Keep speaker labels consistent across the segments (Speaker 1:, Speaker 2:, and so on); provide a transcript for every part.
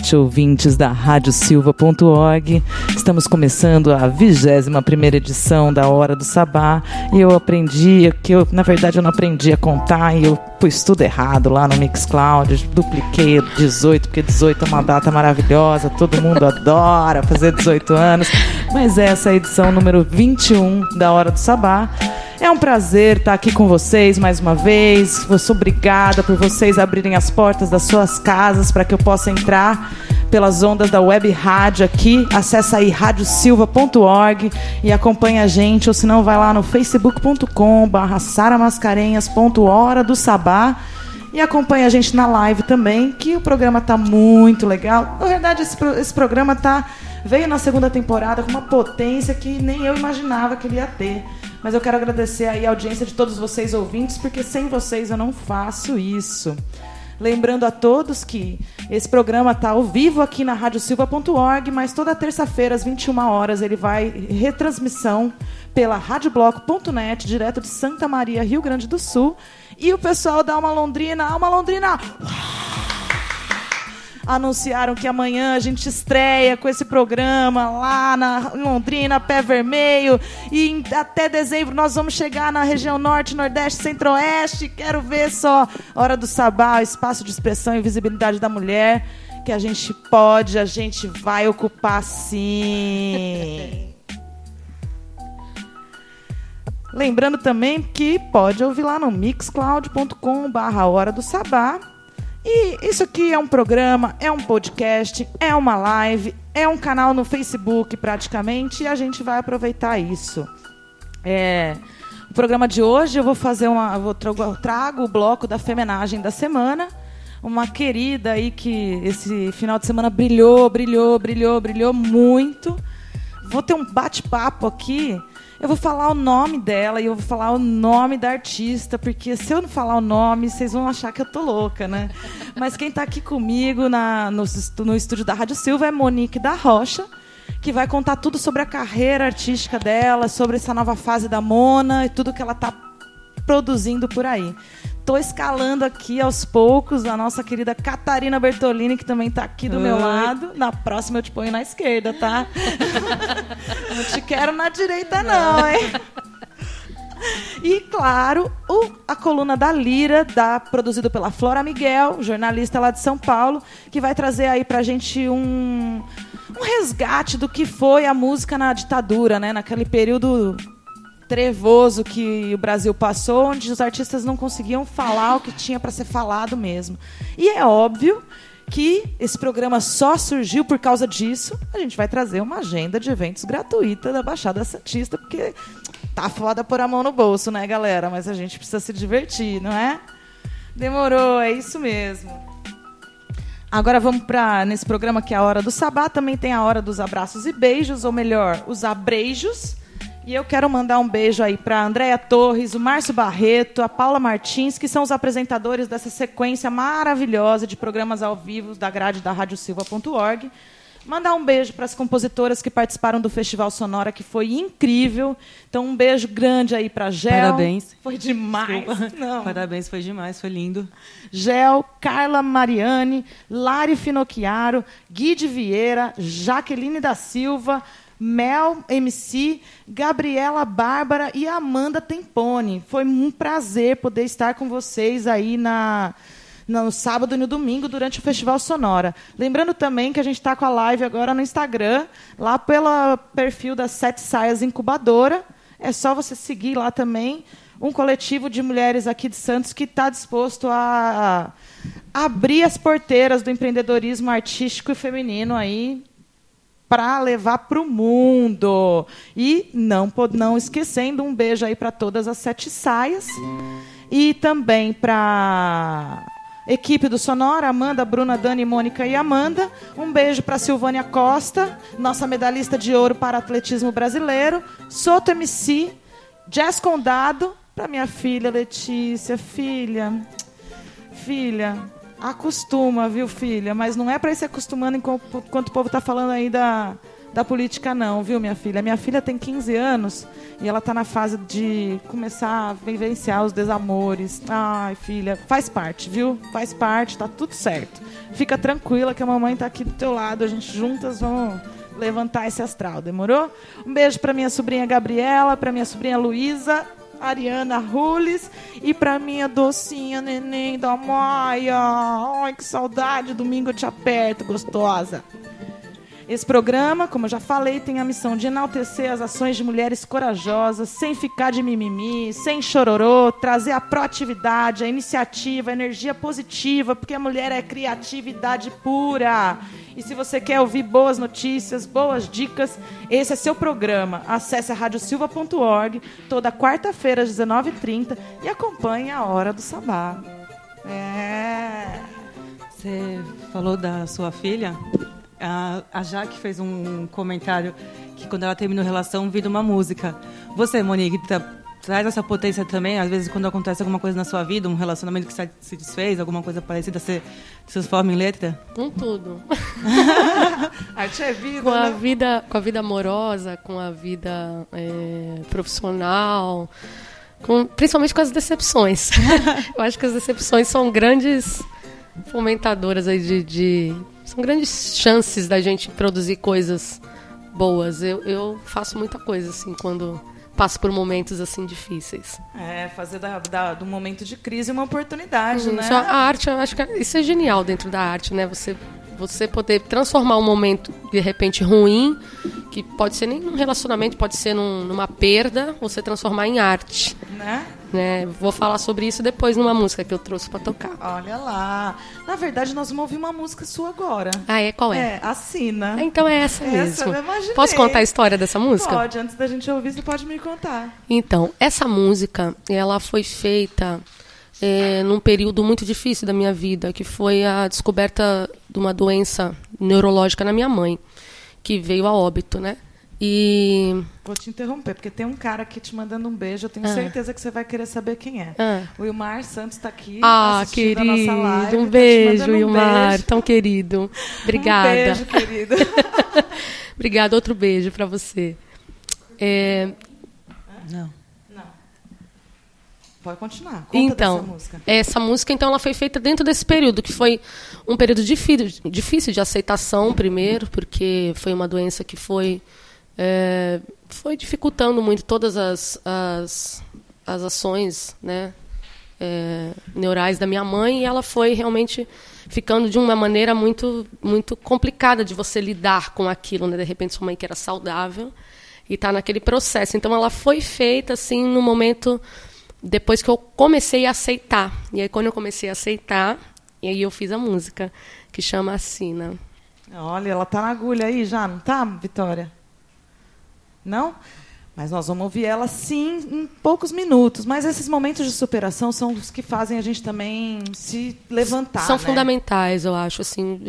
Speaker 1: noite, ouvintes da radiosilva.org. Estamos começando a 21ª edição da Hora do Sabá. E eu aprendi, na verdade eu não aprendi a contar e eu pus tudo errado lá no Mixcloud. Dupliquei 18, porque 18 é uma data maravilhosa, todo mundo adora fazer 18 anos. Mas essa é a edição número 21 da Hora do Sabá. É um prazer estar aqui com vocês mais uma vez. Eu sou obrigada por vocês abrirem as portas das suas casas para que eu possa entrar pelas ondas da web rádio aqui. Acesse aí radiosilva.org e acompanhe a gente, ou se não, vai lá no facebook.com/saramascarenhas.hora do Sabá e acompanhe a gente na live também, que o programa está muito legal. Na verdade, esse programa veio na segunda temporada com uma potência que nem eu imaginava que ele ia ter. Mas eu quero agradecer aí a audiência de todos vocês ouvintes, porque sem vocês eu não faço isso. Lembrando a todos que esse programa está ao vivo aqui na radiosilva.org, mas toda terça-feira, às 21 horas, ele vai retransmissão pela radiobloco.net, direto de Santa Maria, Rio Grande do Sul. E o pessoal da Alma Londrina, anunciaram que amanhã a gente estreia com esse programa lá na Londrina, Pé Vermelho, e até dezembro nós vamos chegar na região Norte, Nordeste, Centro-Oeste. Quero ver só Hora do Sabá, espaço de expressão e visibilidade da mulher, que a gente vai ocupar sim. Lembrando também que pode ouvir lá no mixcloud.com/Hora do Sabá. E isso aqui é um programa, é um podcast, é uma live, é um canal no Facebook praticamente, e a gente vai aproveitar isso. O programa de hoje eu vou trago o bloco da Femenagem da semana, uma querida aí que esse final de semana brilhou muito. Vou ter um bate-papo aqui. Eu vou falar o nome dela e eu vou falar o nome da artista, porque se eu não falar o nome, vocês vão achar que eu tô louca, né? Mas quem está aqui comigo no estúdio da Rádio Silva é Monique da Rocha, que vai contar tudo sobre a carreira artística dela, sobre essa nova fase da Mona e tudo que ela está produzindo por aí. Estou escalando aqui aos poucos a nossa querida Catarina Bertolini, que também está aqui do meu lado. Na próxima eu te ponho na esquerda, tá? Não te quero na direita, não, hein? E, claro, a coluna da Lira, produzido pela Flora Miguel, jornalista lá de São Paulo, que vai trazer aí pra gente um resgate do que foi a música na ditadura, né? Naquele período trevoso que o Brasil passou, onde os artistas não conseguiam falar o que tinha para ser falado mesmo. E é óbvio que esse programa só surgiu por causa disso. A gente vai trazer uma agenda de eventos gratuita da Baixada Santista, porque tá foda pôr a mão no bolso, né, galera? Mas a gente precisa se divertir, não é? Demorou, é isso mesmo. Agora vamos nesse programa que é a Hora do Sabá, também tem a Hora dos Abraços e Beijos, ou melhor, os abreijos. E eu quero mandar um beijo aí para a Andréia Torres, o Márcio Barreto, a Paula Martins, que são os apresentadores dessa sequência maravilhosa de programas ao vivo da grade da radiosilva.org. Mandar um beijo para as compositoras que participaram do Festival Sonora, que foi incrível. Então, um beijo grande aí para Gel.
Speaker 2: Parabéns.
Speaker 1: Foi demais.
Speaker 2: Não. Parabéns, foi demais, foi lindo.
Speaker 1: Gel, Carla Mariani, Lari Finocchiaro, Guide Vieira, Jaqueline da Silva, Mel MC, Gabriela Bárbara e Amanda Tempone. Foi um prazer poder estar com vocês aí no sábado e no domingo durante o Festival Sonora. Lembrando também que a gente está com a live agora no Instagram, lá pelo perfil da Sete Saias Incubadora. É só você seguir lá também um coletivo de mulheres aqui de Santos que está disposto a abrir as porteiras do empreendedorismo artístico e feminino aí, para levar para o mundo. E não esquecendo, um beijo aí para todas as Sete Saias. E também para a equipe do Sonora, Amanda, Bruna, Dani, Mônica e Amanda. Um beijo para Silvânia Costa, nossa medalhista de ouro para atletismo brasileiro. Soto MC, Jazz Condado, para minha filha Letícia. Filha... Acostuma, viu, filha? Mas não é para ir se acostumando enquanto o povo está falando aí da política não, viu, minha filha? Minha filha tem 15 anos e ela tá na fase de começar a vivenciar os desamores. Ai, filha, faz parte, viu? Faz parte, tá tudo certo. Fica tranquila que a mamãe tá aqui do teu lado, a gente juntas vamos levantar esse astral, demorou? Um beijo pra minha sobrinha Gabriela, pra minha sobrinha Luísa, Ariana Rules e pra minha docinha neném da Maia. Ai, que saudade, domingo eu te aperto, gostosa. Esse programa, como eu já falei, tem a missão de enaltecer as ações de mulheres corajosas, sem ficar de mimimi, sem chororô, trazer a proatividade, a iniciativa, a energia positiva, porque a mulher é criatividade pura. E se você quer ouvir boas notícias, boas dicas, esse é seu programa. Acesse a radiosilva.org toda quarta-feira às 19h30 e acompanhe a Hora do Sabá.
Speaker 2: Você falou da sua filha? A Jaque fez um comentário que quando ela terminou a relação, viu uma música. Você, Monique, traz essa potência também? Às vezes, quando acontece alguma coisa na sua vida, um relacionamento que se desfez, alguma coisa parecida, você se transforma em letra?
Speaker 3: Com tudo.
Speaker 1: Arte é vida,
Speaker 3: com,
Speaker 1: né?
Speaker 3: Com a vida amorosa, com a vida profissional, principalmente com as decepções. Eu acho que as decepções são grandes fomentadoras aí são grandes chances da gente produzir coisas boas. Eu faço muita coisa assim quando passo por momentos assim difíceis.
Speaker 1: Fazer do momento de crise uma oportunidade, né?
Speaker 3: A arte, eu acho que isso é genial dentro da arte, né? Você poder transformar um momento de repente ruim, que pode ser nem num relacionamento, pode ser numa perda, você transformar em arte. Né? Vou falar sobre isso depois numa música que eu trouxe para tocar.
Speaker 1: Olha lá. Na verdade, nós vamos ouvir uma música sua agora.
Speaker 3: Ah, é? Qual é?
Speaker 1: Assina.
Speaker 3: Então é essa mesmo.
Speaker 1: Eu imaginei.
Speaker 3: Posso contar a história dessa música?
Speaker 1: Pode. Antes da gente ouvir, você pode me contar.
Speaker 3: Então, essa música, ela foi feita num período muito difícil da minha vida, que foi a descoberta de uma doença neurológica na minha mãe, que veio a óbito, né? E...
Speaker 1: Vou te interromper, porque tem um cara aqui te mandando um beijo. Eu tenho certeza que você vai querer saber quem é. O Wilmar Santos está aqui assistindo
Speaker 3: querido,
Speaker 1: a nossa live.
Speaker 3: Um beijo, Wilmar, tão querido. Obrigada.
Speaker 1: Um beijo, querido.
Speaker 3: Obrigada, outro beijo para você.
Speaker 2: Não.
Speaker 1: Pode continuar. Conta
Speaker 3: então,
Speaker 1: dessa música.
Speaker 3: Essa música, então, ela foi feita dentro desse período, que foi um período difícil de aceitação, primeiro, porque foi uma doença que foi dificultando muito todas as ações, né, neurais da minha mãe, e ela foi realmente ficando de uma maneira muito, muito complicada de você lidar com aquilo, né? De repente, sua mãe que era saudável e está naquele processo. Então, ela foi feita assim no momento depois que eu comecei a aceitar. E aí, quando eu comecei a aceitar, e aí eu fiz a música, que chama Assina.
Speaker 1: Olha, ela tá na agulha aí já, não tá, Vitória? Não? Mas nós vamos ouvir ela, sim, em poucos minutos. Mas esses momentos de superação são os que fazem a gente também se levantar,
Speaker 3: são
Speaker 1: né?
Speaker 3: Fundamentais, eu acho. Assim,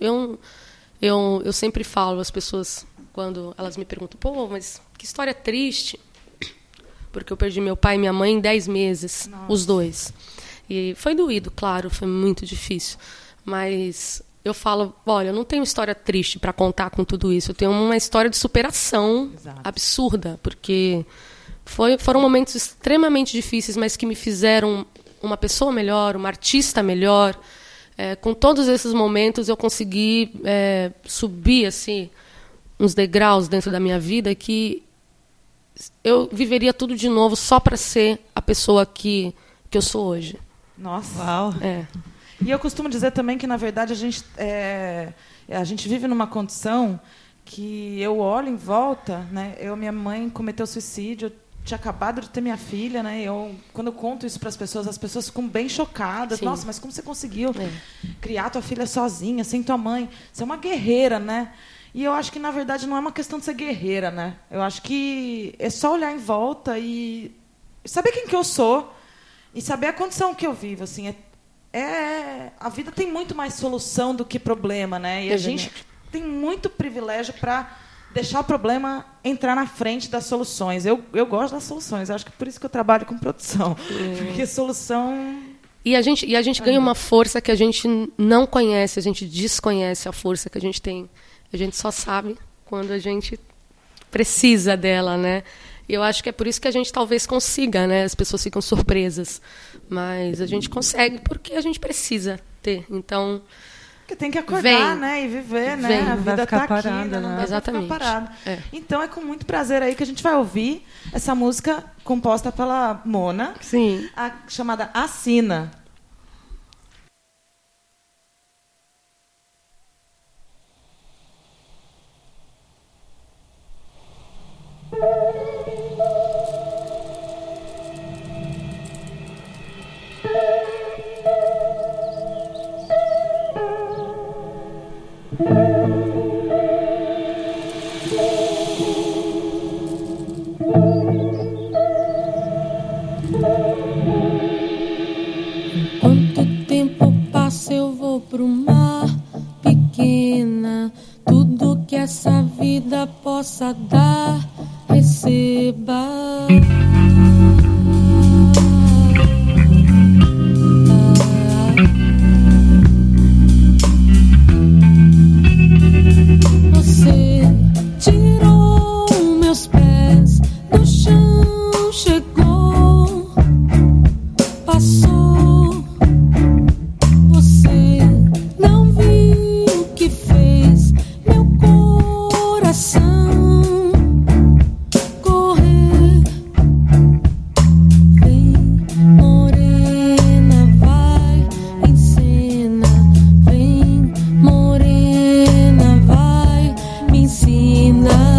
Speaker 3: eu sempre falo às pessoas, quando elas me perguntam, pô, mas que história triste... Porque eu perdi meu pai e minha mãe em 10 meses, Nossa. Os dois. E foi doído, claro, foi muito difícil. Mas eu falo, olha, eu não tenho história triste para contar com tudo isso. Eu tenho uma história de superação absurda, porque foram momentos extremamente difíceis, mas que me fizeram uma pessoa melhor, uma artista melhor. Com todos esses momentos, eu consegui subir assim, uns degraus dentro da minha vida que... eu viveria tudo de novo só para ser a pessoa que eu sou hoje.
Speaker 1: Nossa.
Speaker 2: Uau.
Speaker 1: E eu costumo dizer também que, na verdade, a gente vive numa condição que eu olho em volta, né? Minha mãe cometeu suicídio, eu tinha acabado de ter minha filha, né? Quando eu conto isso para as pessoas ficam bem chocadas. Sim. Nossa, mas como você conseguiu criar tua filha sozinha, sem tua mãe? Você é uma guerreira, né? E eu acho que, na verdade, não é uma questão de ser guerreira, né? Eu acho que é só olhar em volta e saber quem que eu sou e saber a condição que eu vivo. Assim, a vida tem muito mais solução do que problema, né? E a gente tem muito privilégio para deixar o problema entrar na frente das soluções. Eu gosto das soluções. Eu acho que é por isso que eu trabalho com produção. Porque solução...
Speaker 3: E a gente ganha uma força que a gente não conhece, a gente desconhece a força que a gente tem. A gente só sabe quando a gente precisa dela, né? E eu acho que é por isso que a gente talvez consiga, né? As pessoas ficam surpresas, mas a gente consegue porque a gente precisa ter. Então,
Speaker 1: porque tem que acordar, né? E viver, né? A vida tá aqui, né? Não dá
Speaker 3: Exatamente.
Speaker 1: pra ficar parado. Então é com muito prazer aí que a gente vai ouvir essa música composta pela Mona,
Speaker 3: sim,
Speaker 1: chamada Assina.
Speaker 4: Quanto tempo passa eu vou pro mar, pequena. Tudo que essa vida possa dar, receba. Você tirou meus pés do chão, chegou, passou. Você não viu o que fez meu coração correr. Vem, morena, vai em cena. Vem, morena, vai, me ensina.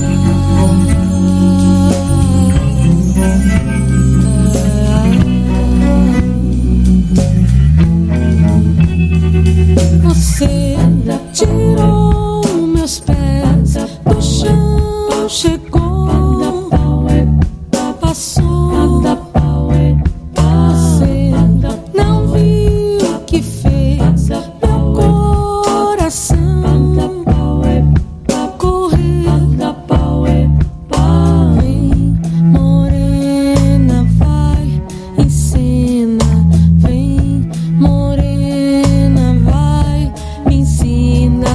Speaker 4: Você tirou meus pés do chão, chegou, passou. Você não viu o que fez meu coração correr. Vem, morena, vai em cena. Vem, morena, vai, me ensina.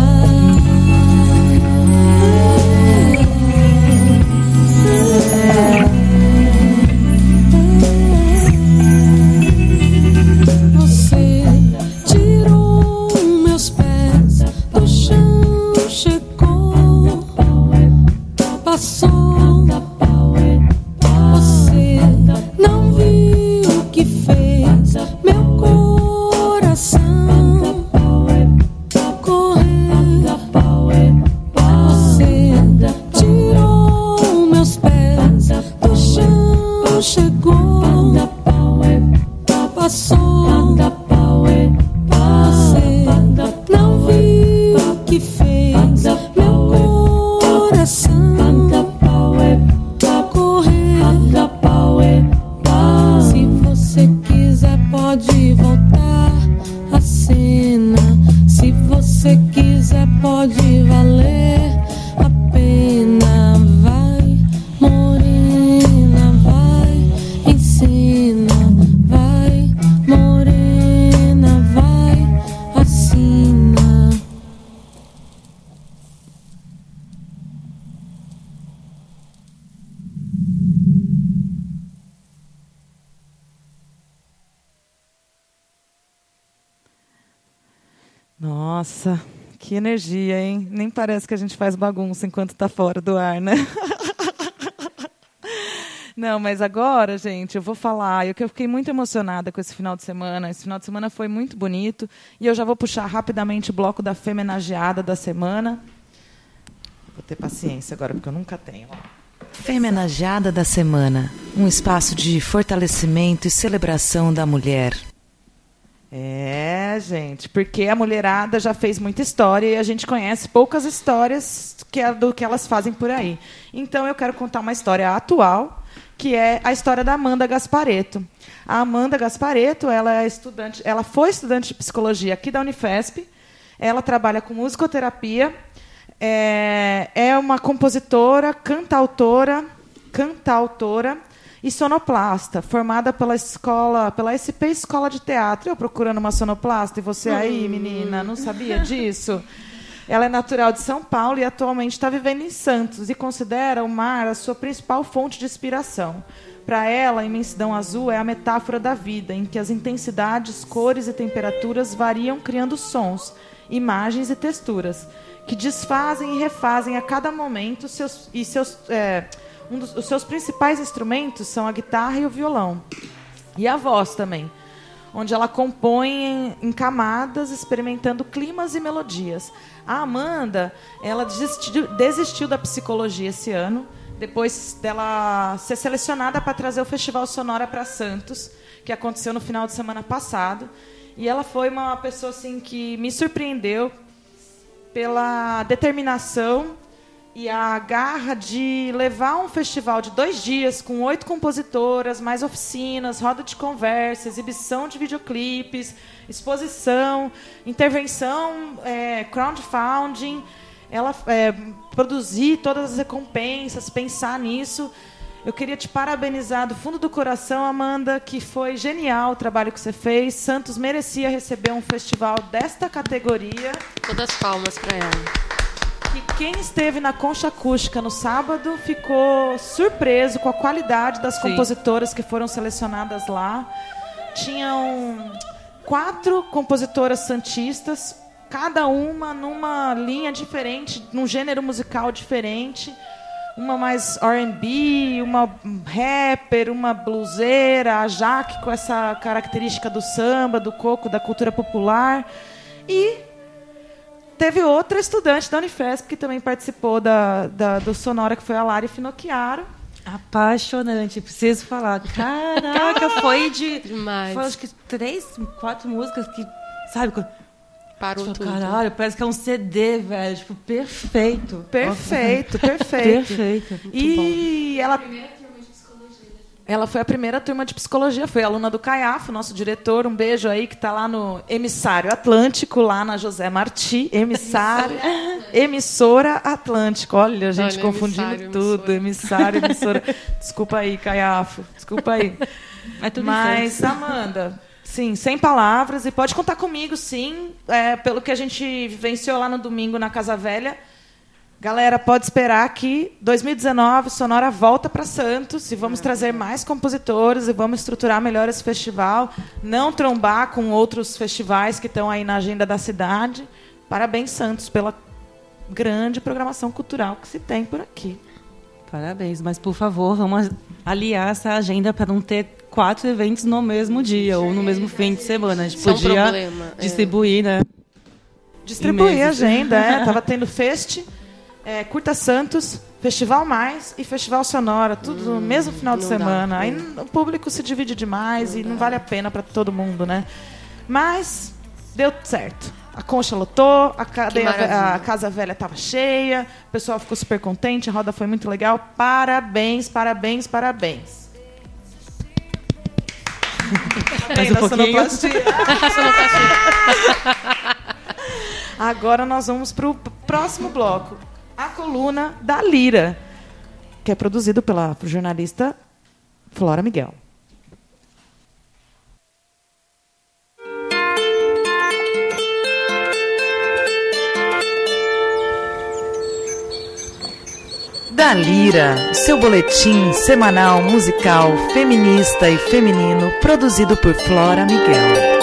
Speaker 4: Você tirou meus pés do chão, chegou, passou. Você não viu o que fez meu coração correr. Você tirou meus pés do chão, chegou, passou. Você não viu o que fez meu coração correr. Se você quiser pode voltar a cena. Se você quiser pode valer a pena. Vai, morena, vai em cena. Vai, morena, vai, assina.
Speaker 1: Nossa, que energia, hein? Nem parece que a gente faz bagunça enquanto tá fora do ar, né? Não, mas agora, gente, eu vou falar. Eu fiquei muito emocionada com esse final de semana. Esse final de semana foi muito bonito. E eu já vou puxar rapidamente o bloco da Femenageada da semana. Vou ter paciência agora, porque eu nunca tenho. Femenageada da semana. Um espaço de fortalecimento e celebração da mulher. É, gente, porque a mulherada já fez muita história e a gente conhece poucas histórias do que elas fazem por aí. Então, eu quero contar uma história atual, que é a história da Amanda Gasparetto. A Amanda Gasparetto, ela foi estudante de psicologia aqui da Unifesp. Ela trabalha com musicoterapia. É uma compositora, cantautora e sonoplasta, formada pela SP Escola de Teatro. Eu procurando uma sonoplasta e você aí, menina, não sabia disso? Ela é natural de São Paulo e atualmente está vivendo em Santos e considera o mar a sua principal fonte de inspiração. Para ela, a imensidão azul é a metáfora da vida, em que as intensidades, cores e temperaturas variam criando sons, imagens e texturas, que desfazem e refazem a cada momento os seus principais instrumentos são a guitarra e o violão. E a voz também, onde ela compõe em camadas, experimentando climas e melodias. A Amanda, ela desistiu da psicologia esse ano, depois dela ser selecionada para trazer o Festival Sonora para Santos, que aconteceu no final de semana passado. E ela foi uma pessoa assim, que me surpreendeu pela determinação e a garra de levar um festival de 2 dias com 8 compositoras, mais oficinas, roda de conversa, exibição de videoclipes, exposição, intervenção, crowdfunding, ela produzir todas as recompensas, pensar nisso. Eu queria te parabenizar do fundo do coração, Amanda, que foi genial o trabalho que você fez. Santos merecia receber um festival desta categoria.
Speaker 3: Todas as palmas para ela.
Speaker 1: E quem esteve na Concha Acústica no sábado ficou surpreso com a qualidade das compositoras que foram selecionadas lá. Tinham 4 compositoras santistas, cada uma numa linha diferente, num gênero musical diferente. Uma mais R&B, uma rapper, uma bluseira, a Jaque com essa característica do samba, do coco, da cultura popular. E teve outra estudante da Unifesp que também participou do Sonora, que foi a Lari Finocchiaro.
Speaker 2: Apaixonante, preciso falar. Caraca, foi
Speaker 3: demais.
Speaker 2: Foi acho que 3, 4 músicas que, sabe...
Speaker 3: Parou
Speaker 2: tipo,
Speaker 3: tudo.
Speaker 2: Caralho, parece que é um CD, velho. Tipo, perfeito.
Speaker 1: Perfeito.
Speaker 2: Perfeito.
Speaker 1: E ela foi a primeira turma de psicologia. Foi aluna do Caiafo, nosso diretor. Um beijo aí, que está lá no Emissário Atlântico, lá na José Martí. Emissora Atlântico. Olha, a gente confundindo tudo. Emissora. Desculpa aí, Caiafo. Desculpa aí. Mas, Amanda... Sim, sem palavras. E pode contar comigo, sim. Pelo que a gente vivenciou lá no domingo na Casa Velha. Galera, pode esperar que 2019 Sonora volta para Santos e vamos trazer mais compositores e vamos estruturar melhor esse festival. Não trombar com outros festivais que estão aí na agenda da cidade. Parabéns, Santos, pela grande programação cultural que se tem por aqui.
Speaker 2: Parabéns, mas, por favor, vamos aliar essa agenda para não ter 4 eventos no mesmo dia ou no mesmo fim de semana. A gente podia distribuir, né?
Speaker 1: Distribuir a agenda, Tava tendo Curta Santos, Festival Mais e Festival Sonora, tudo no mesmo final de semana. Aí o público se divide demais e não vale a pena para todo mundo, né? Mas deu certo. A Concha lotou, a Casa Velha estava cheia, o pessoal ficou super contente, a roda foi muito legal. Parabéns.
Speaker 2: Mais um pouquinho.
Speaker 1: Agora nós vamos para o próximo bloco, a coluna da Lira, que é produzido pela jornalista Flora Miguel. Da Lira, seu boletim semanal musical feminista e feminino, produzido por Flora Miguel.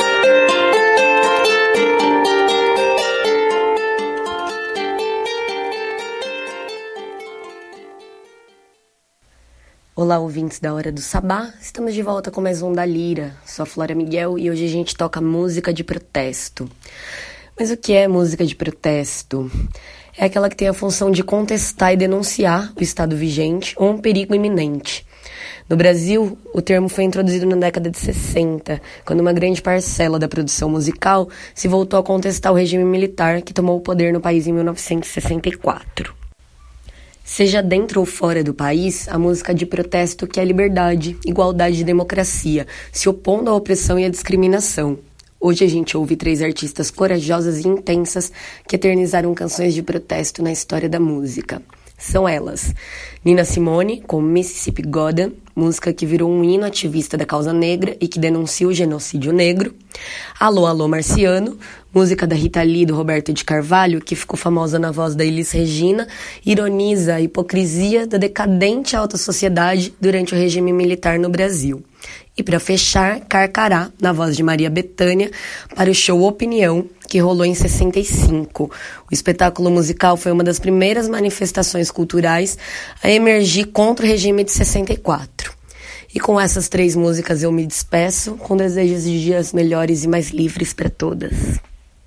Speaker 5: Olá, ouvintes da Hora do Sabá. Estamos de volta com mais um da Lira. Sou a Flora Miguel e hoje a gente toca música de protesto. Mas o que é música de protesto? É aquela que tem a função de contestar e denunciar o estado vigente ou um perigo iminente. No Brasil, o termo foi introduzido na década de 60, quando uma grande parcela da produção musical se voltou a contestar o regime militar que tomou o poder no país em 1964. Seja dentro ou fora do país, a música de protesto quer liberdade, igualdade e democracia, se opondo à opressão e à discriminação. Hoje a gente ouve 3 artistas corajosas e intensas que eternizaram canções de protesto na história da música. são elas: Nina Simone, com Mississippi Goddam, música que virou um hino ativista da causa negra e que denuncia o genocídio negro. Alô, Alô, Marciano, música da Rita Lee e do Roberto de Carvalho, que ficou famosa na voz da Elis Regina, ironiza a hipocrisia da decadente alta sociedade durante o regime militar no Brasil. E para fechar, Carcará, na voz de Maria Bethânia, para o show Opinião, que rolou em 65. O espetáculo musical foi uma das primeiras manifestações culturais a emergir contra o regime de 64. E com essas 3 músicas eu me despeço, com desejos de dias melhores e mais livres para todas.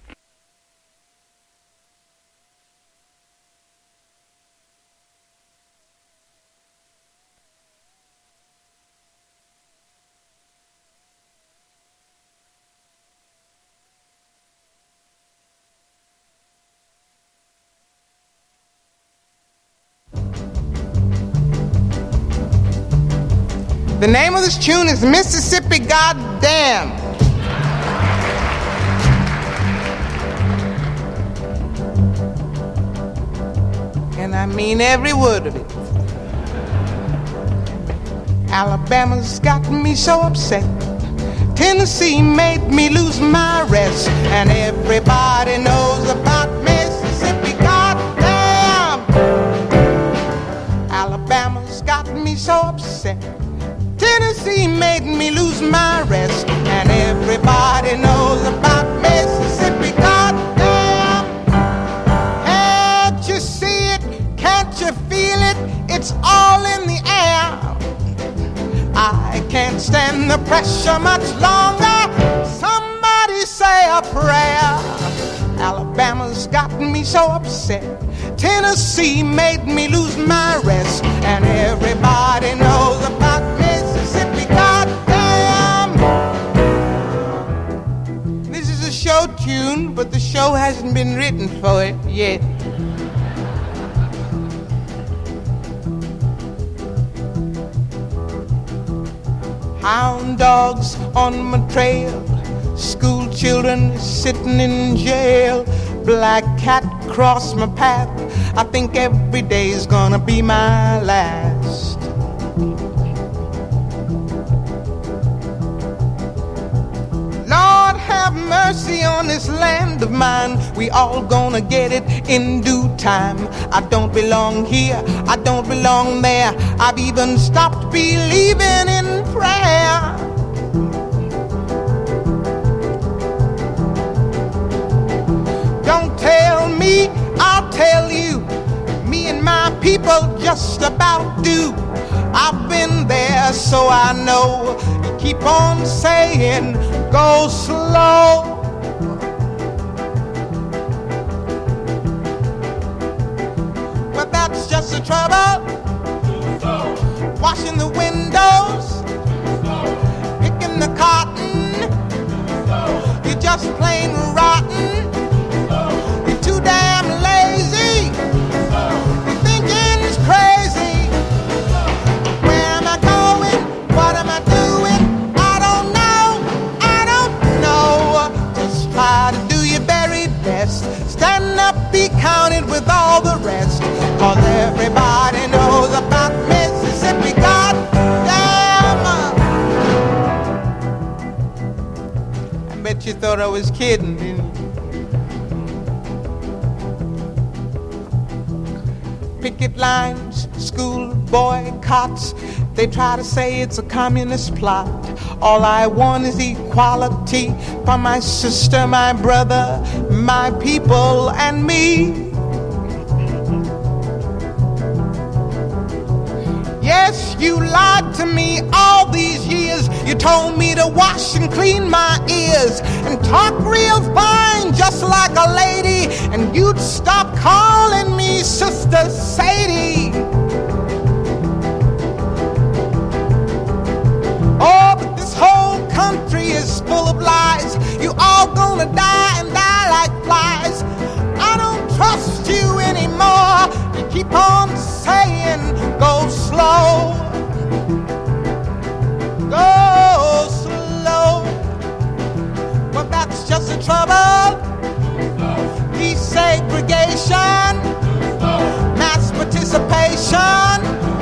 Speaker 6: The name of this tune is Mississippi Goddam. And I mean every word of it. Alabama's got me so upset. Tennessee made me lose my rest. And everybody knows about Mississippi Goddam. Alabama's got me so upset. Tennessee made me lose my rest. And everybody knows about Mississippi, goddamn. Can't you see it? Can't you feel it? It's all in the air. I can't stand the pressure much longer. Somebody say a prayer. Alabama's got me so upset. Tennessee made me lose my rest. And everybody knows about Mississippi, goddamn. This is a show tune, but the show hasn't been written for it yet. Hound dogs on my trail, school children sitting in jail, black cat cross my path. I think every day's gonna be my last. Lord have mercy on this land of mine. We all gonna get it in due time. I don't belong here, I don't belong there. I've even stopped believing in prayer. Don't tell me, I'll tell you. Me and my people just about do. I've been there, so I know. You keep on saying, go slow. But that's just the trouble. Washing the windows, picking the cotton. You're just plain rotten. You're too damn lazy. Your thinking's crazy. Where am I going? What am I doing? I don't know. Just try to do your very best. Stand up, be counted with all the rest. 'Cause everybody knows about Mississippi, goddamn. I bet you thought I was kidding, didn't you? Picket lines, school boycotts. They try to say it's a communist plot. All I want is equality for my sister, my brother, my people, and me. Yes, you lied to me all these years. You told me to wash and clean my ears and talk real fine, just like a lady. And you'd stop calling me Sister Sadie. Oh, but this whole country is full of lies. You all gonna die and die like flies. I don't trust you anymore. You keep on saying, go slow. Go slow. Well, that's just the trouble. Desegregation, mass participation. integration,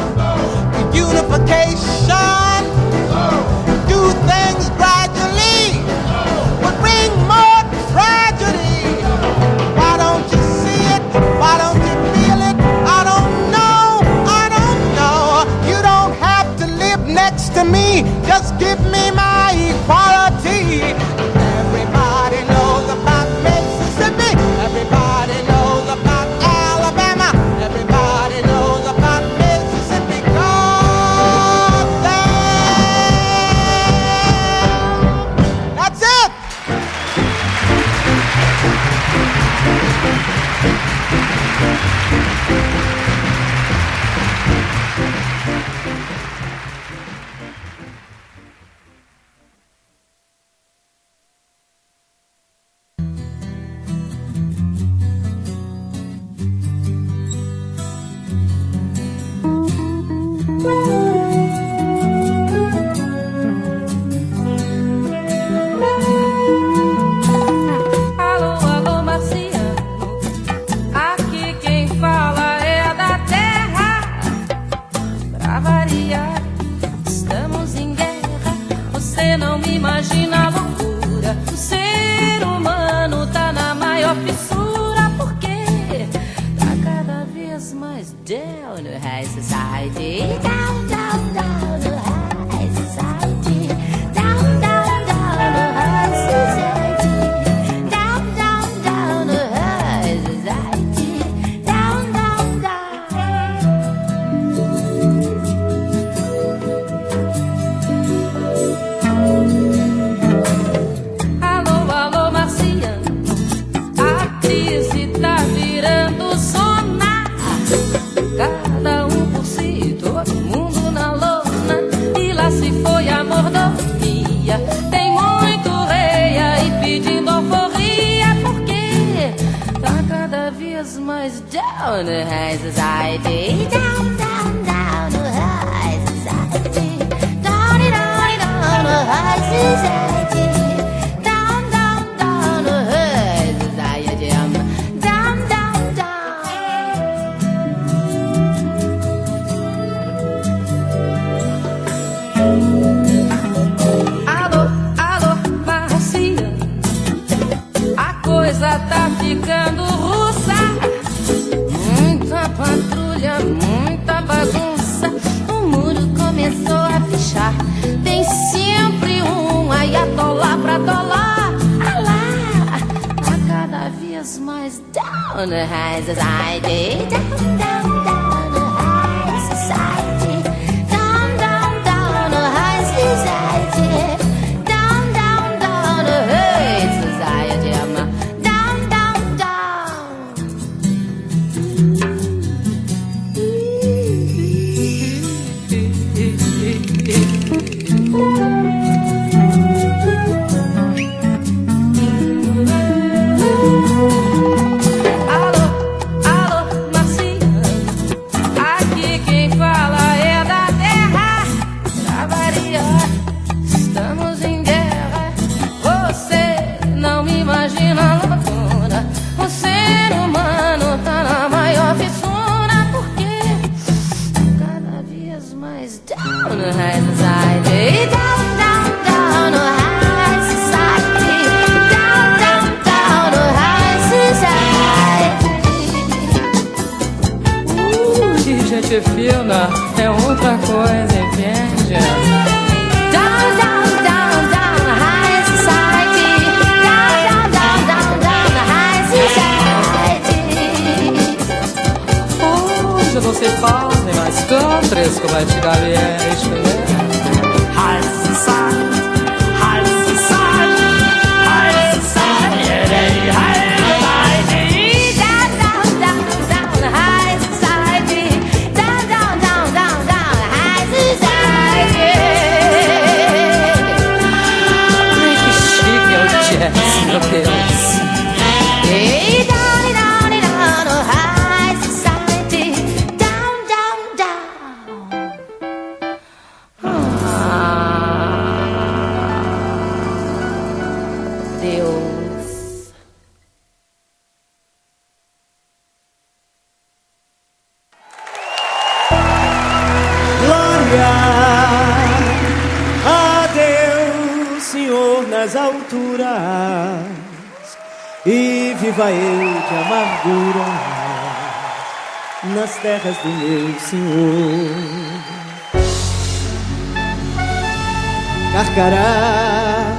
Speaker 6: unification, do things gradually, would bring more tragedy. Why don't you see it? Why don't you feel it? I don't know, I don't know. You don't have to live next to me, just give me my equality. Everybody knows about Mississippi, everybody knows about Alabama, everybody knows about Mississippi. Go there. That's it.
Speaker 4: Alô, alô, marciano, aqui quem fala é da terra. Pra variar, estamos em guerra. Você não me imagina a loucura. O ser humano tá na maior fissura. Porque tá cada vez mais down no high society. Down, down, down no high society. Down, down, down no high society. Down, down, down no high society. Down, down, down. Alô, alô, marciano, a crise tá virando sonar. Cada um por si, todo mundo na lona. E lá se foi a mordomia. Tem muito rei aí pedindo alforria. Porque tá cada vez mais down no high society. Down, down, down no high society. Down, down, down no high society. Down, down, down no high society. Down, down, down. Alô, alô, marciano, a coisa tá ficando russa. Muita patrulha, muita bagunça. O muro começou a fechar. Tem sempre um ayatollah pra dólar. Alá, tá cada vez mais down no high society. Down, down, down no high society. Down, down, down no high society. Down, down, down no high society. Down, down, down. Alô, alô, marciano, aqui quem fala é da terra. Pra variar, estamos em guerra. Você não me imagina a loucura. O ser humano tá na maior fissura. Porque cada vez mais down no high society. Down, down, down no high society. Down, down, down no high society.
Speaker 2: Que gente fina é outra coisa, entende?
Speaker 4: Down, down, down, down no high society. Down, down, down, down, down no high society.
Speaker 2: Hoje não se fazem mais countries como antigamente, né? High society, high society, high society, high society.
Speaker 4: Down, down, down, down no high society. Down, down, down, down, down no high society.
Speaker 2: Ai, que chique é o jazz, meu Deus.
Speaker 4: Hey, down, down, down no high society. Down, down, down.
Speaker 7: amor nas alturas, e viva eu de amargura nas terras do meu Senhor. Carcará,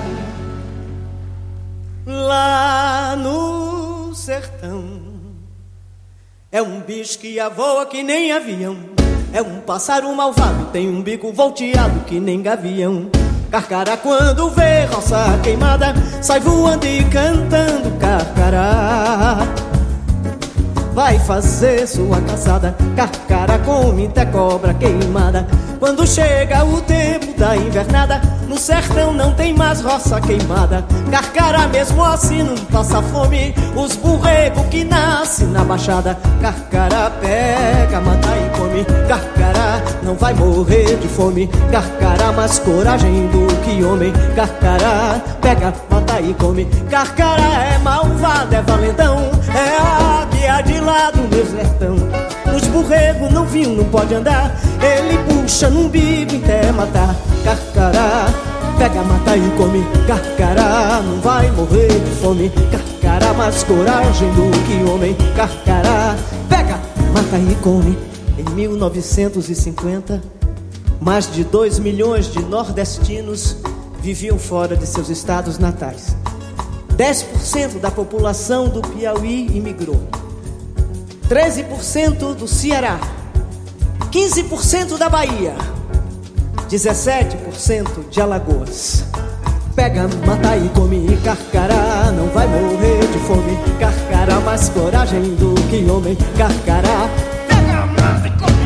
Speaker 7: lá no sertão, é um bicho que voa que nem avião. É um pássaro malvado, tem um bico volteado que nem gavião. Carcará, quando vê roça queimada, sai voando e cantando carcará. Vai fazer sua caçada, carcará come até cobra queimada. Quando chega o tempo da invernada, no sertão não tem mais roça queimada. Carcará mesmo assim não passa fome, os burregos que nascem na baixada. Carcará pega, mata e come, carcará não vai morrer de fome. Carcará mais coragem do que homem, carcará pega, mata e come. Carcará é malvado, é valentão, é a águia de lá do meu sertão. Nos burregos não viu, não pode andar, ele puxa num bico até matar. Carcará pega, mata e come, carcará não vai morrer de fome. Carcará mais coragem do que homem, carcará pega, mata e come. Em 1950, mais de 2 milhões de nordestinos viviam fora de seus estados natais. 10% da população do Piauí imigrou, 13% do Ceará, 15% da Bahia, 17% de Alagoas. Pega, mata e come, carcará não vai morrer de fome. Carcará mais coragem do que homem, carcará pega, mata e come.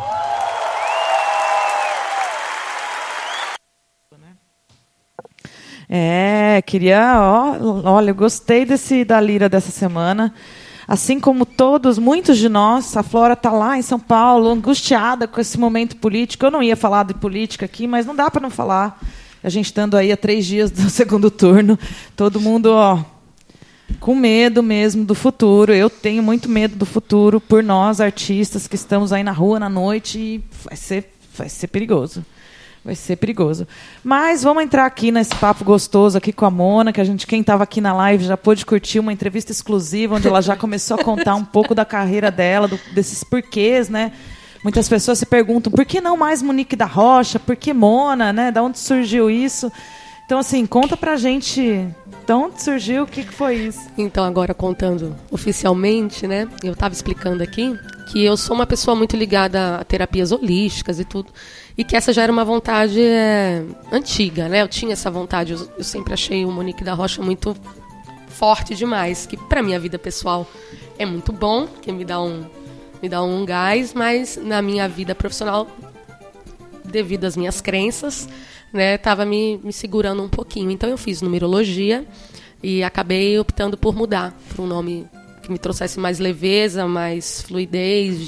Speaker 1: Olha, eu gostei da Lira dessa semana. Assim como muitos de nós, a Flora está lá em São Paulo, angustiada com esse momento político. Eu não ia falar de política aqui, mas não dá para não falar. A gente estando aí há 3 dias do segundo turno, todo mundo com medo mesmo do futuro. Eu tenho muito medo do futuro por nós, artistas, que estamos aí na rua, na noite, e vai ser perigoso. Vai ser perigoso. Mas vamos entrar aqui nesse papo gostoso aqui com a Mona, que quem estava aqui na live já pôde curtir uma entrevista exclusiva, onde ela já começou a contar um pouco da carreira dela, desses porquês, né? Muitas pessoas se perguntam, por que não mais Monique da Rocha? Por que Mona, né? Da onde surgiu isso? Então, assim, conta pra gente de onde surgiu, o que foi isso?
Speaker 3: Então, agora contando oficialmente, né? Eu estava explicando aqui que eu sou uma pessoa muito ligada a terapias holísticas e tudo. E que essa já era uma vontade antiga, né? Eu tinha essa vontade. Eu sempre achei o Monique da Rocha muito forte demais. Que pra minha vida pessoal é muito bom, que me dá um gás. Mas na minha vida profissional, devido às minhas crenças, né, tava me segurando um pouquinho. Então eu fiz numerologia e acabei optando por mudar para um nome que me trouxesse mais leveza, mais fluidez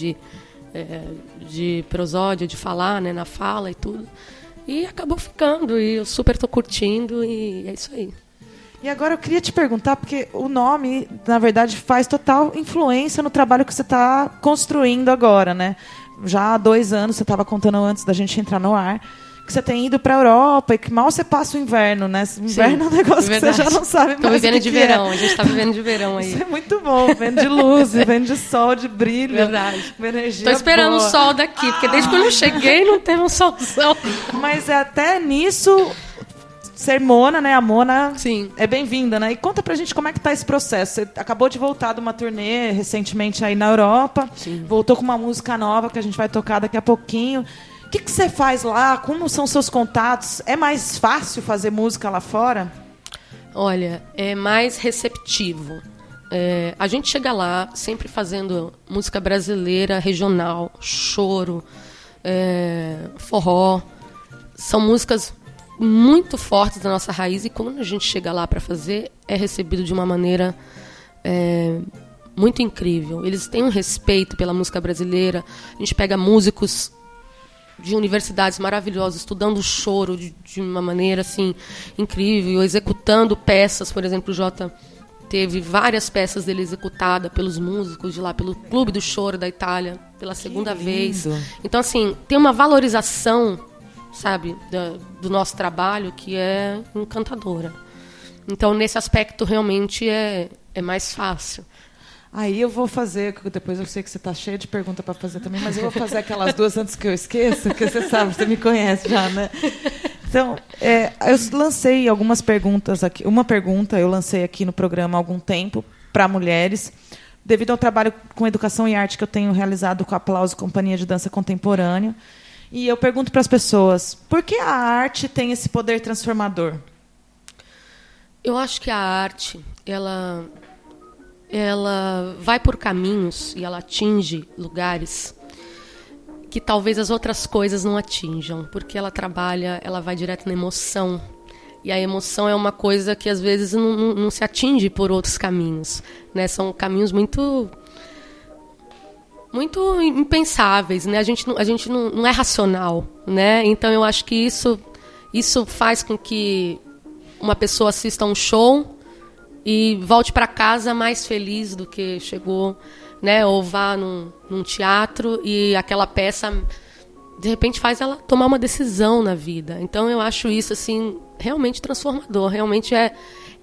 Speaker 3: de prosódia, de falar, né, na fala e tudo. E acabou ficando, e eu super tô curtindo, e é isso aí.
Speaker 1: E agora eu queria te perguntar, porque o nome, na verdade, faz total influência no trabalho que você está construindo agora, né? Já há 2 anos, você estava contando antes da gente entrar no ar, que você tem ido para a Europa e que mal você passa o inverno, né? O inverno é um negócio que você já não sabe mais.
Speaker 3: Tô vivendo de verão, a gente está vivendo de verão aí.
Speaker 1: Isso é muito bom, vendo de luz, vendo de sol, de brilho.
Speaker 3: Verdade.
Speaker 1: Uma energia
Speaker 3: tô esperando
Speaker 1: boa.
Speaker 3: o sol daqui, porque desde quando eu cheguei não teve um solzão.
Speaker 1: Mas até nisso, ser Mona, né? A Mona
Speaker 3: Sim.
Speaker 1: É bem-vinda, né? E conta pra gente como é que tá esse processo. Você acabou de voltar de uma turnê recentemente aí na Europa.
Speaker 3: Sim.
Speaker 1: Voltou com uma música nova que a gente vai tocar daqui a pouquinho. O que você faz lá? Como são seus contatos? É mais fácil fazer música lá fora?
Speaker 3: Olha, é mais receptivo. A gente chega lá sempre fazendo música brasileira, regional, choro, forró. São músicas muito fortes da nossa raiz, e quando a gente chega lá para fazer, é recebido de uma maneira muito incrível. Eles têm um respeito pela música brasileira. A gente pega músicos de universidades maravilhosas, estudando o choro de uma maneira assim incrível, executando peças. Por exemplo, o Jota teve várias peças dele executadas pelos músicos de lá, pelo Clube do Choro da Itália, pela segunda vez. Então, assim, tem uma valorização sabe, do nosso trabalho, que é encantadora. Então, nesse aspecto, realmente é mais fácil.
Speaker 1: Aí eu vou fazer, depois eu sei que você está cheia de perguntas para fazer também, mas eu vou fazer aquelas duas antes que eu esqueça, porque você sabe, você me conhece já, né? Então, eu lancei algumas perguntas aqui. Uma pergunta eu lancei aqui no programa há algum tempo para mulheres, devido ao trabalho com educação e arte que eu tenho realizado com a Aplauso Companhia de Dança Contemporânea. E eu pergunto para as pessoas, por que a arte tem esse poder transformador?
Speaker 3: Eu acho que a arte, ela vai por caminhos e ela atinge lugares que talvez as outras coisas não atinjam, porque ela vai direto na emoção. E a emoção é uma coisa que às vezes não se atinge por outros caminhos, né? São caminhos muito impensáveis, né? A gente não é racional, né? Então eu acho que isso faz com que uma pessoa assista a um show e volte para casa mais feliz do que chegou, né? Ou vá num teatro e aquela peça de repente faz ela tomar uma decisão na vida. Então eu acho isso assim realmente transformador. Realmente é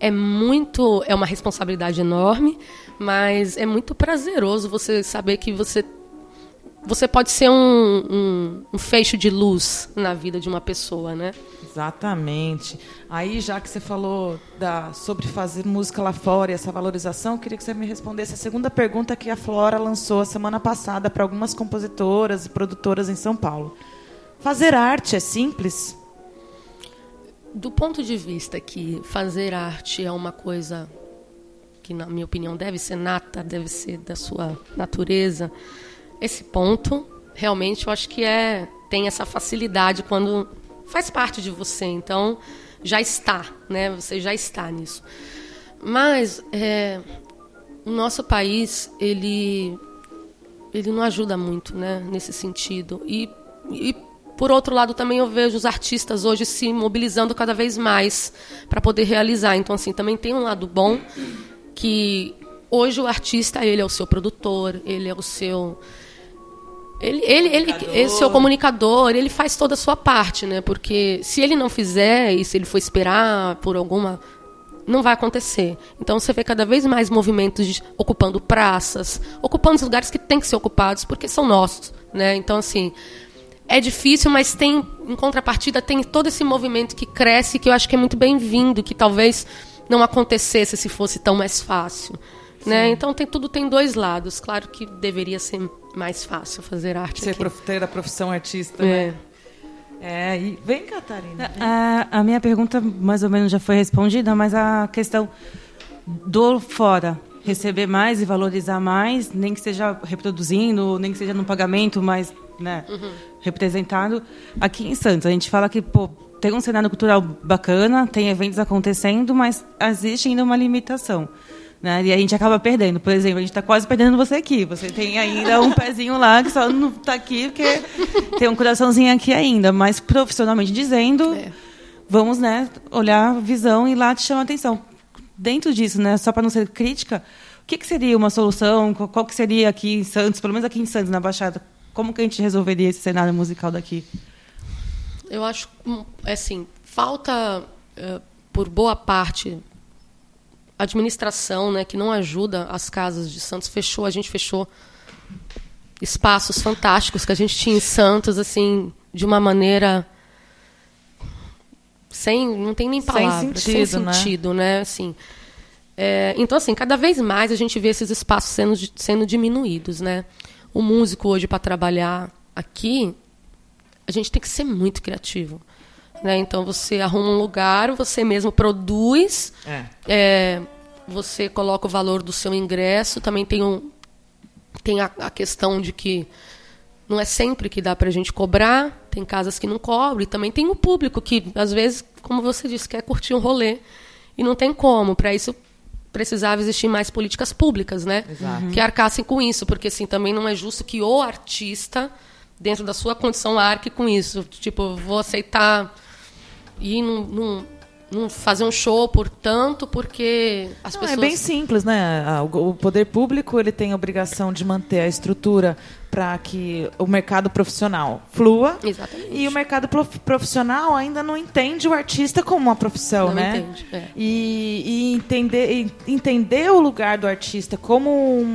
Speaker 3: uma responsabilidade enorme, mas é muito prazeroso você saber que você pode ser um feixe de luz na vida de uma pessoa, né? Exatamente.
Speaker 1: Aí, já que você falou sobre fazer música lá fora e essa valorização, eu queria que você me respondesse a segunda pergunta que a Flora lançou a semana passada para algumas compositoras e produtoras em São Paulo. Fazer arte é simples?
Speaker 3: Do ponto de vista que fazer arte é uma coisa que, na minha opinião, deve ser nata, deve ser da sua natureza, esse ponto, realmente, eu acho que tem essa facilidade quando faz parte de você. Então, já está, né? Você já está nisso. Mas o nosso país, ele não ajuda muito, né, nesse sentido. E, por outro lado, também eu vejo os artistas hoje se mobilizando cada vez mais para poder realizar. Então, assim, também tem um lado bom que hoje o artista, ele é o seu produtor, ele é o seu... Ele é seu comunicador, ele faz toda a sua parte, né? Porque se ele não fizer e se ele for esperar por alguma... não vai acontecer. Então você vê cada vez mais movimentos ocupando praças, ocupando os lugares que têm que ser ocupados, porque são nossos, né? Então, assim, é difícil, mas em contrapartida, tem todo esse movimento que cresce, que eu acho que é muito bem-vindo, que talvez não acontecesse se fosse tão mais fácil. Né? Então tudo tem dois lados. Claro que deveria ser mais fácil fazer arte.
Speaker 1: Ter a profissão artista, né? E vem, Catarina.
Speaker 2: A minha pergunta mais ou menos já foi respondida, mas a questão do fora, receber mais e valorizar mais, nem que seja reproduzindo, nem que seja num pagamento mais, né, representado. Aqui em Santos, a gente fala que tem um cenário cultural bacana, tem eventos acontecendo, mas existe ainda uma limitação. Né? E a gente acaba perdendo. Por exemplo, a gente está quase perdendo você aqui. Você tem ainda um pezinho lá que só não está aqui porque tem um coraçãozinho aqui ainda. Mas, profissionalmente dizendo, vamos, né, olhar a visão e lá te chama a atenção. Dentro disso, né, só para não ser crítica, o que seria uma solução? Qual que seria aqui em Santos, pelo menos aqui em Santos, na Baixada? Como que a gente resolveria esse cenário musical daqui?
Speaker 3: Eu acho, assim, falta, por boa parte... administração, né, que não ajuda as casas de Santos. A gente fechou espaços fantásticos que a gente tinha em Santos, assim, de uma maneira não tem nem palavras, sem sentido, né? Assim, então, assim, cada vez mais a gente vê esses espaços sendo diminuídos, né? O músico hoje, para trabalhar aqui, a gente tem que ser muito criativo. Né? Então você arruma um lugar, você mesmo produz, você coloca o valor do seu ingresso. Também tem a questão de que não é sempre que dá para a gente cobrar, tem casas que não cobram, e também tem o público que, às vezes, como você disse, quer curtir um rolê e não tem como. Para isso precisava existir mais políticas públicas, né? Que arcassem com isso, porque assim, também não é justo que o artista, dentro da sua condição, arque com isso. Tipo, vou aceitar ir não fazer um show por tanto, porque as pessoas...
Speaker 1: É bem simples, né? O poder público ele tem a obrigação de manter a estrutura para que o mercado profissional flua.
Speaker 3: Exatamente.
Speaker 1: E o mercado profissional ainda não entende o artista como uma profissão,
Speaker 3: Não
Speaker 1: né?
Speaker 3: entende, é.
Speaker 1: E entender o lugar do artista como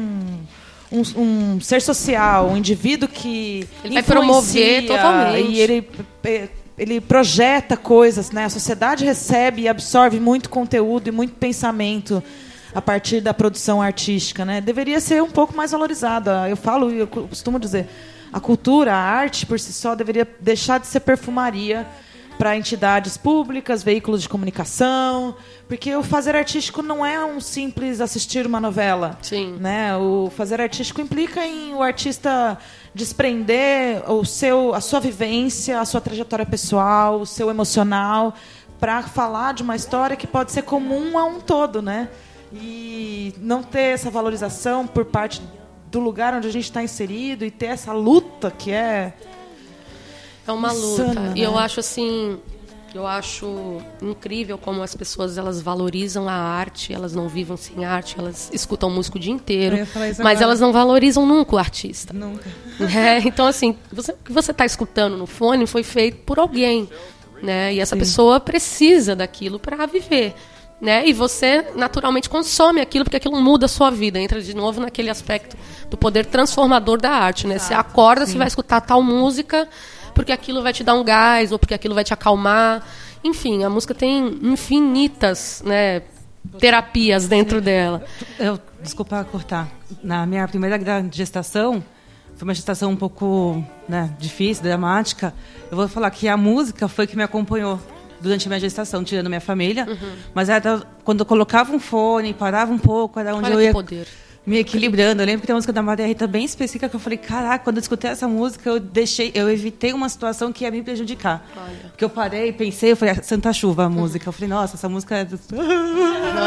Speaker 1: um ser social, um indivíduo que
Speaker 3: Ele vai promover totalmente.
Speaker 1: E ele projeta coisas, né? A sociedade recebe e absorve muito conteúdo e muito pensamento a partir da produção artística, né? Deveria ser um pouco mais valorizada. Eu costumo dizer, a cultura, a arte por si só deveria deixar de ser perfumaria para entidades públicas, veículos de comunicação, porque o fazer artístico não é um simples assistir uma novela.
Speaker 3: Sim.
Speaker 1: Né? O fazer artístico implica em o artista desprender a sua vivência, a sua trajetória pessoal, o seu emocional, para falar de uma história que pode ser comum a um todo, né? E não ter essa valorização por parte do lugar onde a gente está inserido e ter essa luta que é
Speaker 3: uma
Speaker 1: insana,
Speaker 3: luta.
Speaker 1: né?
Speaker 3: E eu acho assim, incrível como as pessoas elas valorizam a arte, elas não vivem sem arte, elas escutam música o dia inteiro,
Speaker 2: Eu ia falar isso
Speaker 3: mas
Speaker 2: agora.
Speaker 3: elas não valorizam nunca o artista.
Speaker 2: Nunca.
Speaker 3: Então, assim, o que você está escutando no fone foi feito por alguém, né? E essa pessoa precisa daquilo para viver. Né? E você naturalmente consome aquilo, porque aquilo muda a sua vida. Entra de novo naquele aspecto do poder transformador da arte. Né? Você acorda, você vai escutar tal música, porque aquilo vai te dar um gás, ou porque aquilo vai te acalmar. Enfim, a música tem infinitas, né, terapias dentro dela.
Speaker 2: Desculpa cortar. Na minha primeira gestação, foi uma gestação um pouco, né, difícil, dramática. Eu vou falar que a música foi que me acompanhou durante a minha gestação, tirando minha família. Mas quando eu colocava um fone, parava um pouco, era onde
Speaker 3: Olha
Speaker 2: eu
Speaker 3: que
Speaker 2: ia
Speaker 3: poder.
Speaker 2: me equilibrando. Eu lembro que tem uma música da Maria Rita bem específica que eu falei, caraca, quando eu escutei essa música, eu evitei uma situação que ia me prejudicar.
Speaker 3: Olha.
Speaker 2: Porque eu parei, pensei, eu falei, Santa Chuva, a música. Eu falei, nossa, essa música é...
Speaker 3: Não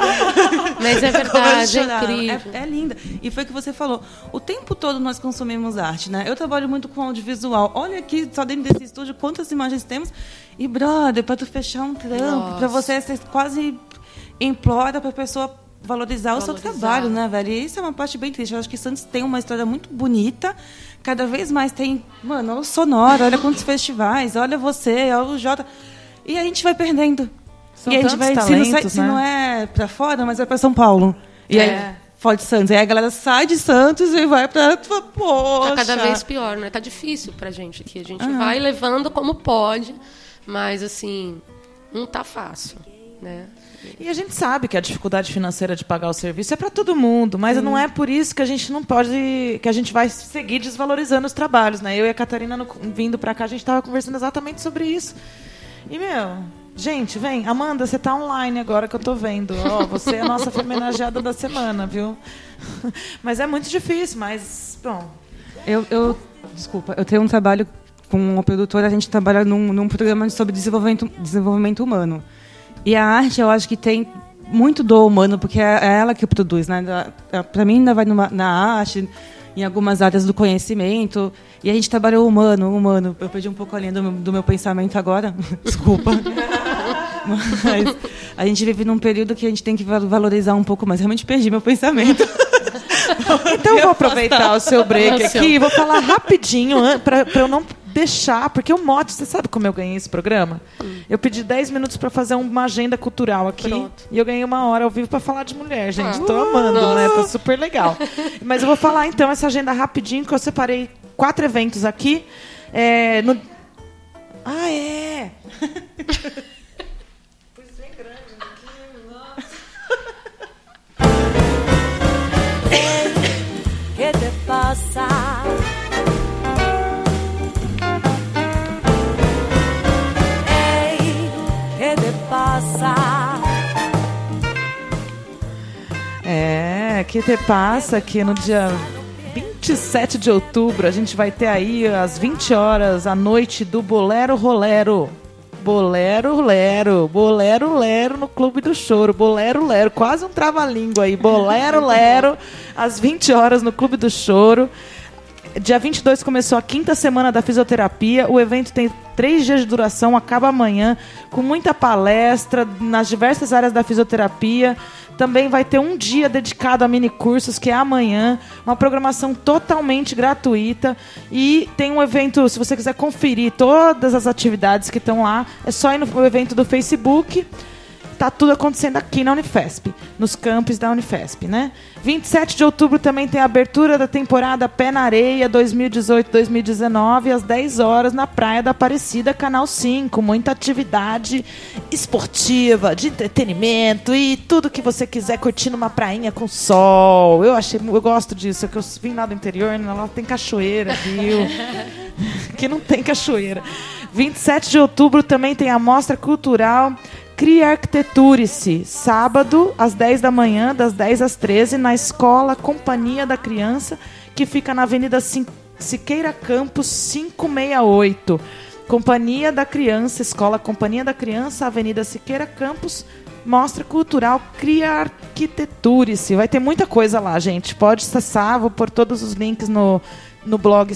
Speaker 3: é? Mas é verdade, é incrível.
Speaker 2: É linda. E foi o que você falou. O tempo todo nós consumimos arte, né? Eu trabalho muito com audiovisual. Olha aqui, só dentro desse estúdio, quantas imagens temos. E, brother, para tu fechar um trampo, para você quase implora para a pessoa valorizar o seu trabalho, né, velho? E isso é uma parte bem triste. Eu acho que Santos tem uma história muito bonita. Cada vez mais tem... Mano, olha o Sonora, olha quantos festivais, olha você, olha o Jota. E a gente vai perdendo.
Speaker 1: São
Speaker 2: e a gente vai,
Speaker 1: talentos,
Speaker 2: se não é para fora, mas vai para São Paulo. E aí, fora de Santos. Aí a galera sai de Santos e vai para... Poxa.
Speaker 3: Tá cada vez pior, né? Tá difícil pra gente aqui. A gente vai levando como pode, mas, assim, não tá fácil, né?
Speaker 1: E a gente sabe que a dificuldade financeira de pagar o serviço é para todo mundo, mas não é por isso que a gente não pode, que a gente vai seguir desvalorizando os trabalhos, né? Eu e a Catarina vindo para cá, a gente estava conversando exatamente sobre isso. E, gente, vem, Amanda, você tá online agora que eu tô vendo. Você é a nossa homenageada da semana, viu? Mas é muito difícil, mas, bom.
Speaker 2: Desculpa, eu tenho um trabalho com uma produtora, a gente trabalha num programa sobre desenvolvimento humano. E a arte, eu acho que tem muito do humano, porque é ela que produz, né? Para mim, ainda vai na arte, em algumas áreas do conhecimento. E a gente trabalhou humano. Eu perdi um pouco a linha do meu pensamento agora. Desculpa. Mas a gente vive num período que a gente tem que valorizar um pouco mais. Realmente perdi meu pensamento.
Speaker 1: Então eu vou aproveitar o seu break aqui e vou falar rapidinho para eu não deixar, porque o mote, você sabe como eu ganhei esse programa? Eu pedi 10 minutos para fazer uma agenda cultural aqui.
Speaker 3: Pronto.
Speaker 1: E eu ganhei 1 hora ao vivo para falar de mulher, gente. Tô amando, né? Tá super legal. Mas eu vou falar então essa agenda rapidinho, que eu separei 4 eventos aqui.
Speaker 4: ¿Qué te pasa? Ey, ¿qué te pasa?
Speaker 1: Que te passa que no dia 27 de outubro a gente vai ter aí às 20 horas a noite do Bolero Rolero. Bolero Lero no Clube do Choro. Bolero Lero, quase um trava-língua aí. Bolero Lero, às 20 horas no Clube do Choro. Dia 22 começou a 5ª semana da fisioterapia. O evento tem 3 dias de duração, acaba amanhã, com muita palestra nas diversas áreas da fisioterapia. Também vai ter um dia dedicado a minicursos, que é amanhã. Uma programação totalmente gratuita. E tem um evento, se você quiser conferir todas as atividades que estão lá, é só ir no evento do Facebook. Tá tudo acontecendo aqui na Unifesp, nos campos da Unifesp, né? 27 de outubro também tem a abertura da temporada Pé na Areia 2018-2019, às 10 horas, na Praia da Aparecida, Canal 5. Muita atividade esportiva, de entretenimento e tudo que você quiser curtir numa prainha com sol. Eu gosto disso, que eu vim lá do interior, lá tem cachoeira, viu? Que não tem cachoeira. 27 de outubro também tem a Mostra Cultural Criarquiteture-se, sábado, às 10 da manhã, das 10 às 13, na Escola Companhia da Criança, que fica na Avenida Siqueira Campos, 568. Companhia da Criança, Escola Companhia da Criança, Avenida Siqueira Campos, Mostra Cultural Criarquiteture-se. Vai ter muita coisa lá, gente. Pode acessar, vou pôr todos os links no blog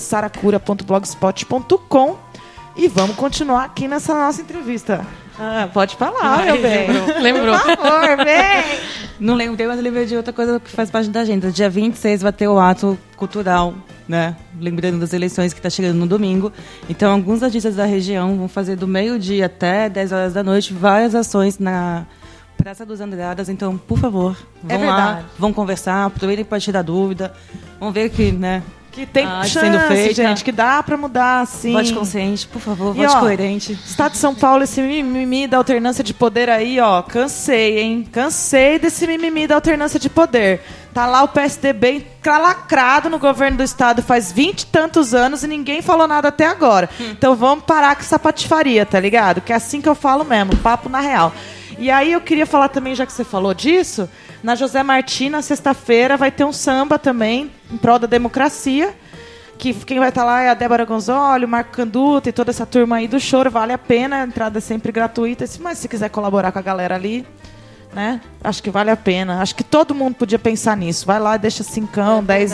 Speaker 1: saracura.blogspot.com e vamos continuar aqui nessa nossa entrevista. Pode falar, meu bem.
Speaker 3: Lembrou.
Speaker 1: Por favor, vem.
Speaker 2: Não lembrei, mas lembrei de outra coisa que faz parte da agenda. Dia 26 vai ter o ato cultural, né? Lembrando das eleições que está chegando no domingo. Então, alguns artistas da região vão fazer do meio-dia até 10 horas da noite várias ações na Praça dos Andradas. Então, por favor, vão lá, vão conversar, aproveitem para tirar dúvida. Vão ver que, né?
Speaker 1: Que tem chance,
Speaker 2: sendo feita.
Speaker 1: Gente, que dá pra mudar, sim.
Speaker 2: Vote consciente, por favor, vote coerente.
Speaker 1: Estado de São Paulo, esse mimimi da alternância de poder aí, ó, cansei, hein? Cansei desse mimimi da alternância de poder. Tá lá o PSDB lacrado no governo do estado faz 20 e tantos anos e ninguém falou nada até agora. Então vamos parar com essa patifaria, tá ligado? Que é assim que eu falo mesmo, papo na real. E aí eu queria falar também, já que você falou disso, na José Martí, na sexta-feira, vai ter um samba também, em prol da democracia, que quem vai estar lá é a Débora Gonzoli, o Marco Canduta e toda essa turma aí do choro. Vale a pena, a entrada é sempre gratuita, mas se quiser colaborar com a galera ali, né, acho que vale a pena. Acho que todo mundo podia pensar nisso. Vai lá, deixa 5, 10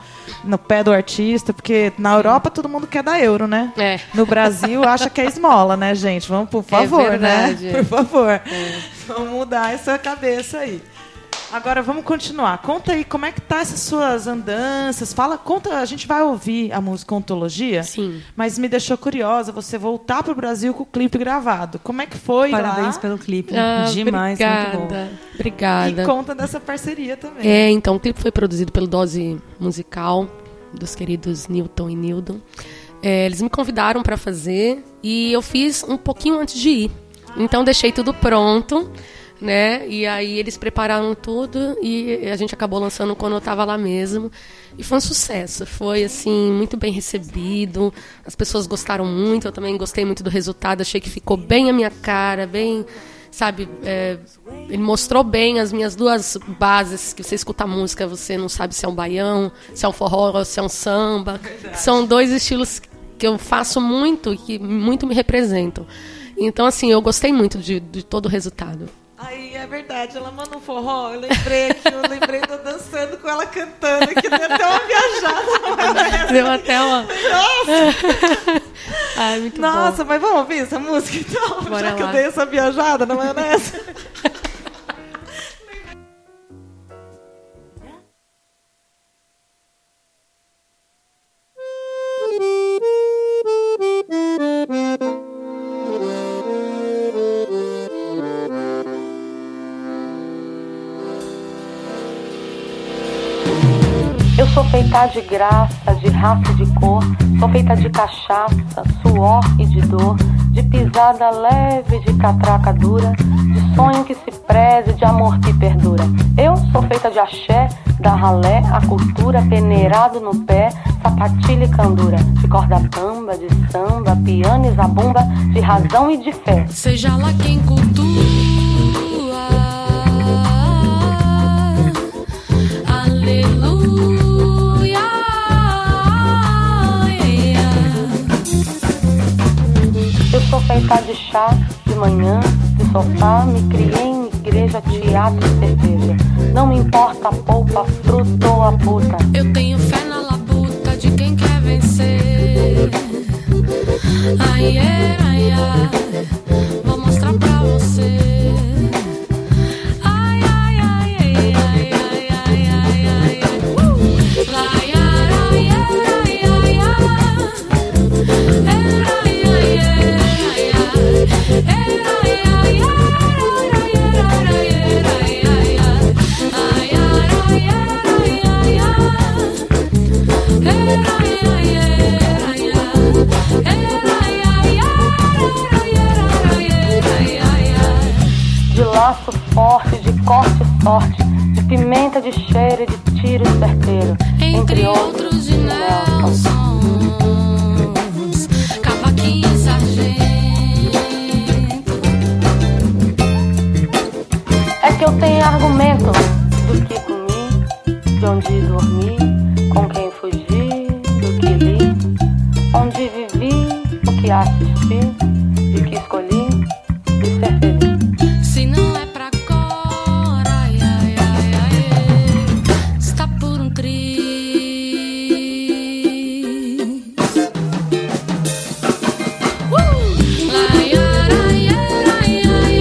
Speaker 1: no pé do artista, porque na Europa todo mundo quer dar euro, né?
Speaker 3: É.
Speaker 1: No Brasil acha que é esmola, né, gente? Vamos, por favor, né? Por favor. Vamos mudar essa cabeça aí. Agora vamos continuar. Conta aí como é que tá essas suas andanças. Conta, a gente vai ouvir a música Ontologia.
Speaker 3: Sim.
Speaker 1: Mas me deixou curiosa você voltar pro Brasil com o clipe gravado. Como é que foi?
Speaker 2: Parabéns
Speaker 1: lá?
Speaker 2: pelo clipe. Demais,
Speaker 3: obrigada,
Speaker 2: muito bom.
Speaker 3: Obrigada.
Speaker 1: E conta dessa parceria também.
Speaker 3: Então o clipe foi produzido pelo Dose Musical, dos queridos Newton e Nildon. Eles me convidaram para fazer e eu fiz um pouquinho antes de ir. Então deixei tudo pronto, né? E aí eles prepararam tudo e a gente acabou lançando quando eu estava lá mesmo. E foi um sucesso, foi assim, muito bem recebido, as pessoas gostaram muito, eu também gostei muito do resultado, achei que ficou bem a minha cara, bem, sabe, ele mostrou bem as minhas duas bases, que você escuta a música, você não sabe se é um baião, se é um forró, se é um samba. São dois estilos que eu faço muito e que muito me representam. Então, assim, eu gostei muito de todo o resultado.
Speaker 1: Aí, é verdade, ela manda um forró, eu lembrei de eu dançando com ela cantando, que deu até uma viajada.
Speaker 3: Deu até uma...
Speaker 1: Nossa!
Speaker 3: Ai, muito bom.
Speaker 1: Nossa, mas vamos ouvir essa música então?
Speaker 3: Bora
Speaker 1: já que
Speaker 3: lá.
Speaker 1: eu dei essa viajada na maionese.
Speaker 8: Eu sou feita de graça, de raça e de cor. Sou feita de cachaça, suor e de dor. De pisada leve, de catraca dura. De sonho que se preze, de amor que perdura. Eu sou feita de axé, da ralé, a cultura. Peneirado no pé, sapatilha e candura. De corda bamba, de samba, piano e zabumba. De razão e de fé.
Speaker 4: Seja lá quem cultua. Aleluia.
Speaker 8: Eu sou feita de chá, de manhã, de sofá. Me criei em igreja, teatro e cerveja. Não me importa a polpa, fruta ou a puta.
Speaker 4: Eu tenho fé na labuta de quem quer vencer. Ai, ai, ai, vou mostrar pra você. Ai, ai, ai, ai, ai, ai, ai, ai, ai, ai. Ai, ai, ai, ai, ai,
Speaker 8: De laço forte, de corte forte, de pimenta de cheiro e de tiro certeiro,
Speaker 4: entre outros de Nelsons, cavaquinho e sargento.
Speaker 8: É que eu tenho argumento do que comi, de onde dormi, com quem fugi, do que li, onde vivi, o que assisti, de que escolhi, de ser feliz.
Speaker 4: Se não é pra agora, ai, ai, ai, ai, está por um triz. Ai, ai, ai, ai, ai,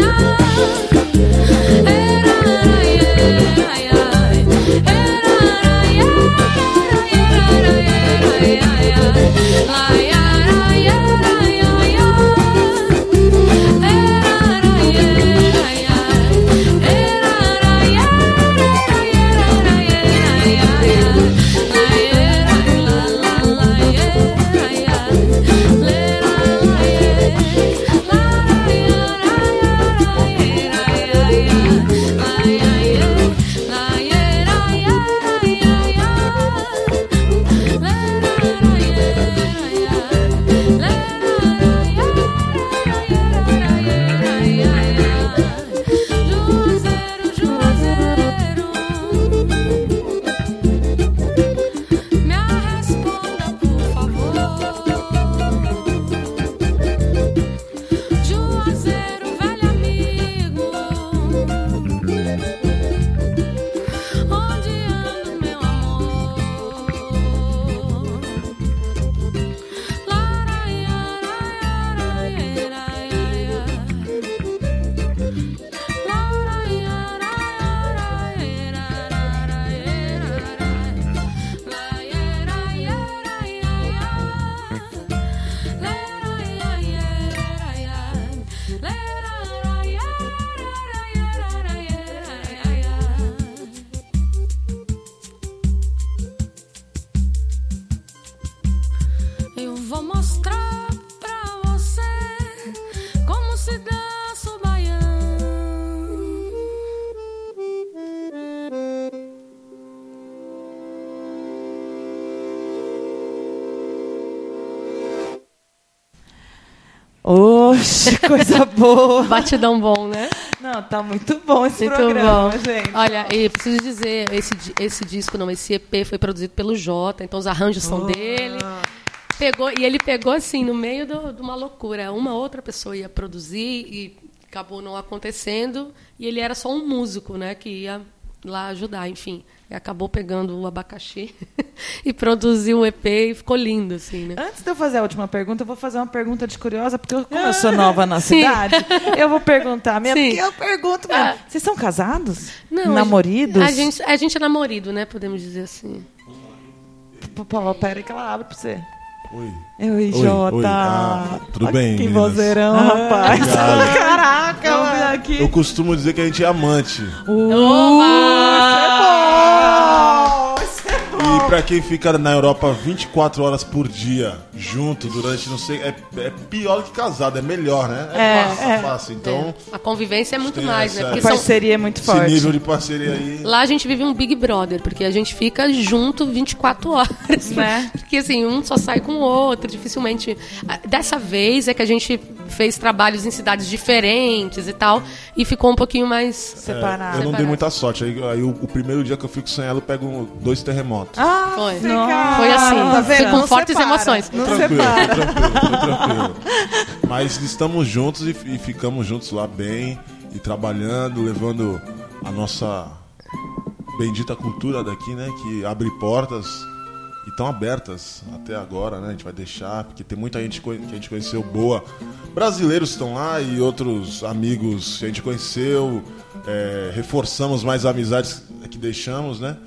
Speaker 1: Oxe, coisa boa.
Speaker 3: Batidão bom, né?
Speaker 1: Não, tá muito bom esse
Speaker 3: Muito
Speaker 1: programa,
Speaker 3: bom.
Speaker 1: gente.
Speaker 3: Olha, e preciso dizer, esse disco, não, esse EP foi produzido pelo Jota, então os arranjos são dele. Ele pegou assim, no meio de uma loucura. Uma outra pessoa ia produzir e acabou não acontecendo. E ele era só um músico, né, que ia lá ajudar, enfim. E acabou pegando o abacaxi e produziu o EP e ficou lindo, assim, né?
Speaker 1: Antes de eu fazer a última pergunta, eu vou fazer uma pergunta de curiosa, porque como eu sou nova na cidade, eu vou perguntar mesmo, porque eu pergunto mesmo. Vocês são casados?
Speaker 3: Não,
Speaker 1: namoridos?
Speaker 3: A gente é namorido, né? Podemos dizer assim.
Speaker 1: Paulo, pera aí que ela abre pra você.
Speaker 9: Oi.
Speaker 1: Oi, Jota.
Speaker 9: Oi. Tudo bem,
Speaker 1: que
Speaker 9: meninas?
Speaker 1: vozeirão, rapaz. Caraca, mano. Aqui.
Speaker 9: Eu costumo dizer que a gente é amante.
Speaker 1: Isso é bom.
Speaker 9: E pra quem fica na Europa 24 horas por dia, junto, durante, não sei, é pior que casado, é melhor, né? É fácil. Então,
Speaker 3: a convivência é muito
Speaker 9: tem
Speaker 3: mais, né?
Speaker 9: essa-
Speaker 3: Porque
Speaker 1: A parceria é muito
Speaker 9: esse
Speaker 1: forte.
Speaker 9: nível de parceria aí...
Speaker 3: lá a gente vive um Big Brother, porque a gente fica junto 24 horas.
Speaker 1: Né?
Speaker 3: Porque assim, um só sai com o outro, dificilmente. Dessa vez é que a gente fez trabalhos em cidades diferentes e tal, e ficou um pouquinho mais
Speaker 1: Separado.
Speaker 9: Eu não dei muita sorte. Aí o primeiro dia que eu fico sem ela, eu pego 2 terremotos.
Speaker 1: Ah,
Speaker 3: Foi.
Speaker 1: cara.
Speaker 3: Foi assim,
Speaker 1: Tá vendo?
Speaker 3: fui com
Speaker 1: Não
Speaker 3: fortes
Speaker 1: separa.
Speaker 3: emoções.
Speaker 1: Não
Speaker 9: Tranquilo,
Speaker 1: separa.
Speaker 9: tranquilo. Mas estamos juntos e ficamos juntos lá bem, e trabalhando, levando a nossa bendita cultura daqui, né? Que abre portas e estão abertas até agora, né? A gente vai deixar, porque tem muita gente que a gente conheceu boa. Brasileiros estão lá e outros amigos que a gente conheceu. Reforçamos mais amizades que deixamos, né?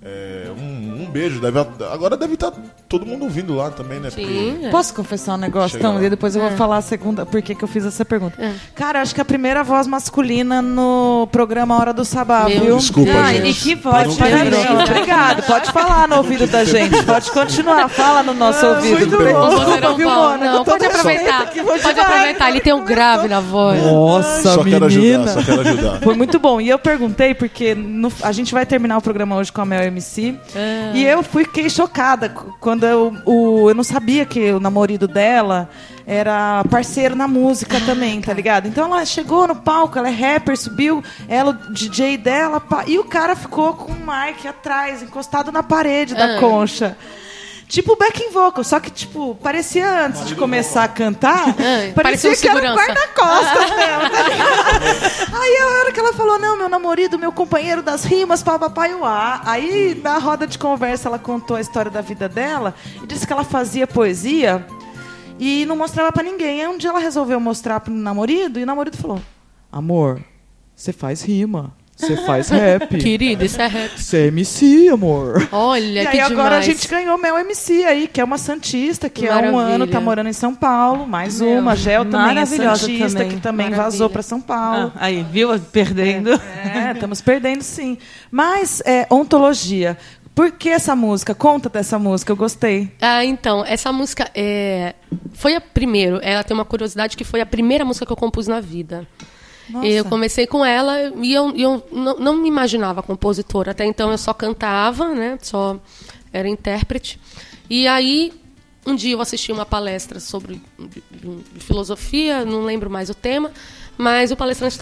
Speaker 9: Um beijo. Agora deve estar todo mundo ouvindo lá também, né?
Speaker 3: Sim.
Speaker 1: Posso confessar um negócio? Então, e depois eu vou falar a segunda, por que eu fiz essa pergunta. Cara, acho que a primeira voz masculina no programa Hora do Sabá, viu?
Speaker 9: Desculpa, gente.
Speaker 2: E que voz,
Speaker 1: Obrigado, pode falar no ouvido da gente. Pode continuar, fala no nosso ouvido.
Speaker 3: Muito bom.
Speaker 1: Viu, Mônica?
Speaker 3: Não, pode aproveitar. Pode aproveitar, ele tem um grave na voz.
Speaker 1: Nossa,
Speaker 9: só
Speaker 1: menina.
Speaker 9: Só quero ajudar.
Speaker 1: Foi muito bom. E eu perguntei, porque a gente vai terminar o programa hoje com a Mel MC. E eu fiquei chocada quando eu não sabia que o namorado dela era parceiro na música também, tá ligado? Então ela chegou no palco, ela é rapper, subiu, ela, o DJ dela, e o cara ficou com o mic atrás, encostado na parede da concha. Tipo backing vocal, só que, tipo, parecia antes de começar a cantar, parecia que era um guarda-costas dela, tá ligado? Aí a hora que ela falou, não, meu namorado, meu companheiro das rimas, papai, aí na roda de conversa ela contou a história da vida dela e disse que ela fazia poesia e não mostrava pra ninguém. Aí um dia ela resolveu mostrar pro namorado e o namorado falou, amor, você faz rima. Você faz rap.
Speaker 3: Querido, isso é rap.
Speaker 1: Você é MC, amor.
Speaker 3: Olha,
Speaker 1: e
Speaker 3: que
Speaker 1: aí agora
Speaker 3: demais.
Speaker 1: a gente ganhou Mel MC aí, que é uma santista, que há um ano tá morando em São Paulo. Mais uma. Gel também é santista, que também vazou pra São Paulo.
Speaker 2: Aí, viu? Perdendo.
Speaker 1: Estamos perdendo, sim. Mas, ontologia. Por que essa música? Conta dessa música, eu gostei.
Speaker 3: Então, essa música foi a primeira. Ela tem uma curiosidade que foi a primeira música que eu compus na vida.
Speaker 1: Nossa.
Speaker 3: Eu comecei com ela e eu não me imaginava compositora. Até então eu só cantava, né? Só era intérprete. E aí, um dia eu assisti uma palestra sobre de filosofia, não lembro mais o tema, mas o palestrante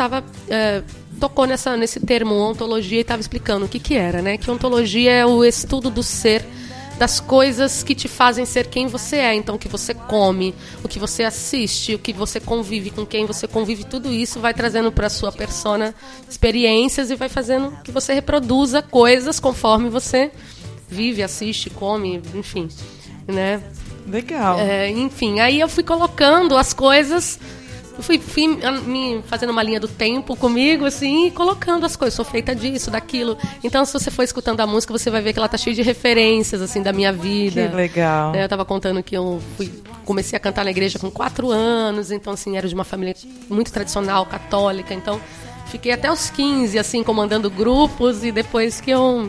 Speaker 3: tocou nesse termo ontologia e estava explicando o que era, né? Que ontologia é o estudo do ser, das coisas que te fazem ser quem você é. Então, o que você come, o que você assiste, o que você convive, com quem você convive, tudo isso vai trazendo para a sua persona experiências e vai fazendo que você reproduza coisas conforme você vive, assiste, come, enfim, né?
Speaker 1: Legal.
Speaker 3: Enfim, aí eu fui colocando as coisas... Fui me fazendo uma linha do tempo comigo, assim, e colocando as coisas. Sou feita disso, daquilo. Então, se você for escutando a música, você vai ver que ela tá cheia de referências, assim, da minha vida.
Speaker 1: Que legal.
Speaker 3: Eu tava contando que eu comecei a cantar na igreja com 4 anos. Então, assim, era de uma família muito tradicional, católica. Então, fiquei até os 15, assim, comandando grupos. E depois que eu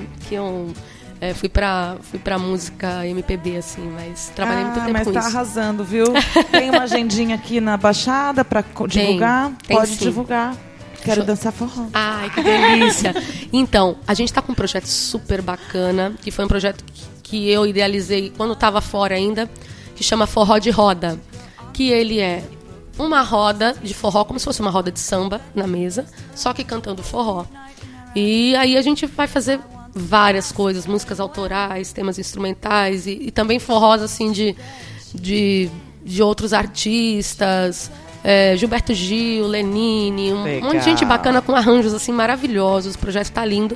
Speaker 3: fui pra música MPB, assim, mas trabalhei muito tempo com isso.
Speaker 1: Mas tá arrasando, viu? Tem uma agendinha aqui na Baixada pra divulgar? Pode sim. Divulgar. Quero dançar forró.
Speaker 3: Ai, que delícia. Então, a gente tá com um projeto super bacana, que foi um projeto que eu idealizei quando tava fora ainda, que chama Forró de Roda. Que ele é uma roda de forró, como se fosse uma roda de samba na mesa, só que cantando forró. E aí a gente vai fazer várias coisas, músicas autorais, temas instrumentais e também forrós assim de outros artistas, Gilberto Gil, Lenine, um monte de gente bacana com arranjos assim maravilhosos. O projeto está lindo.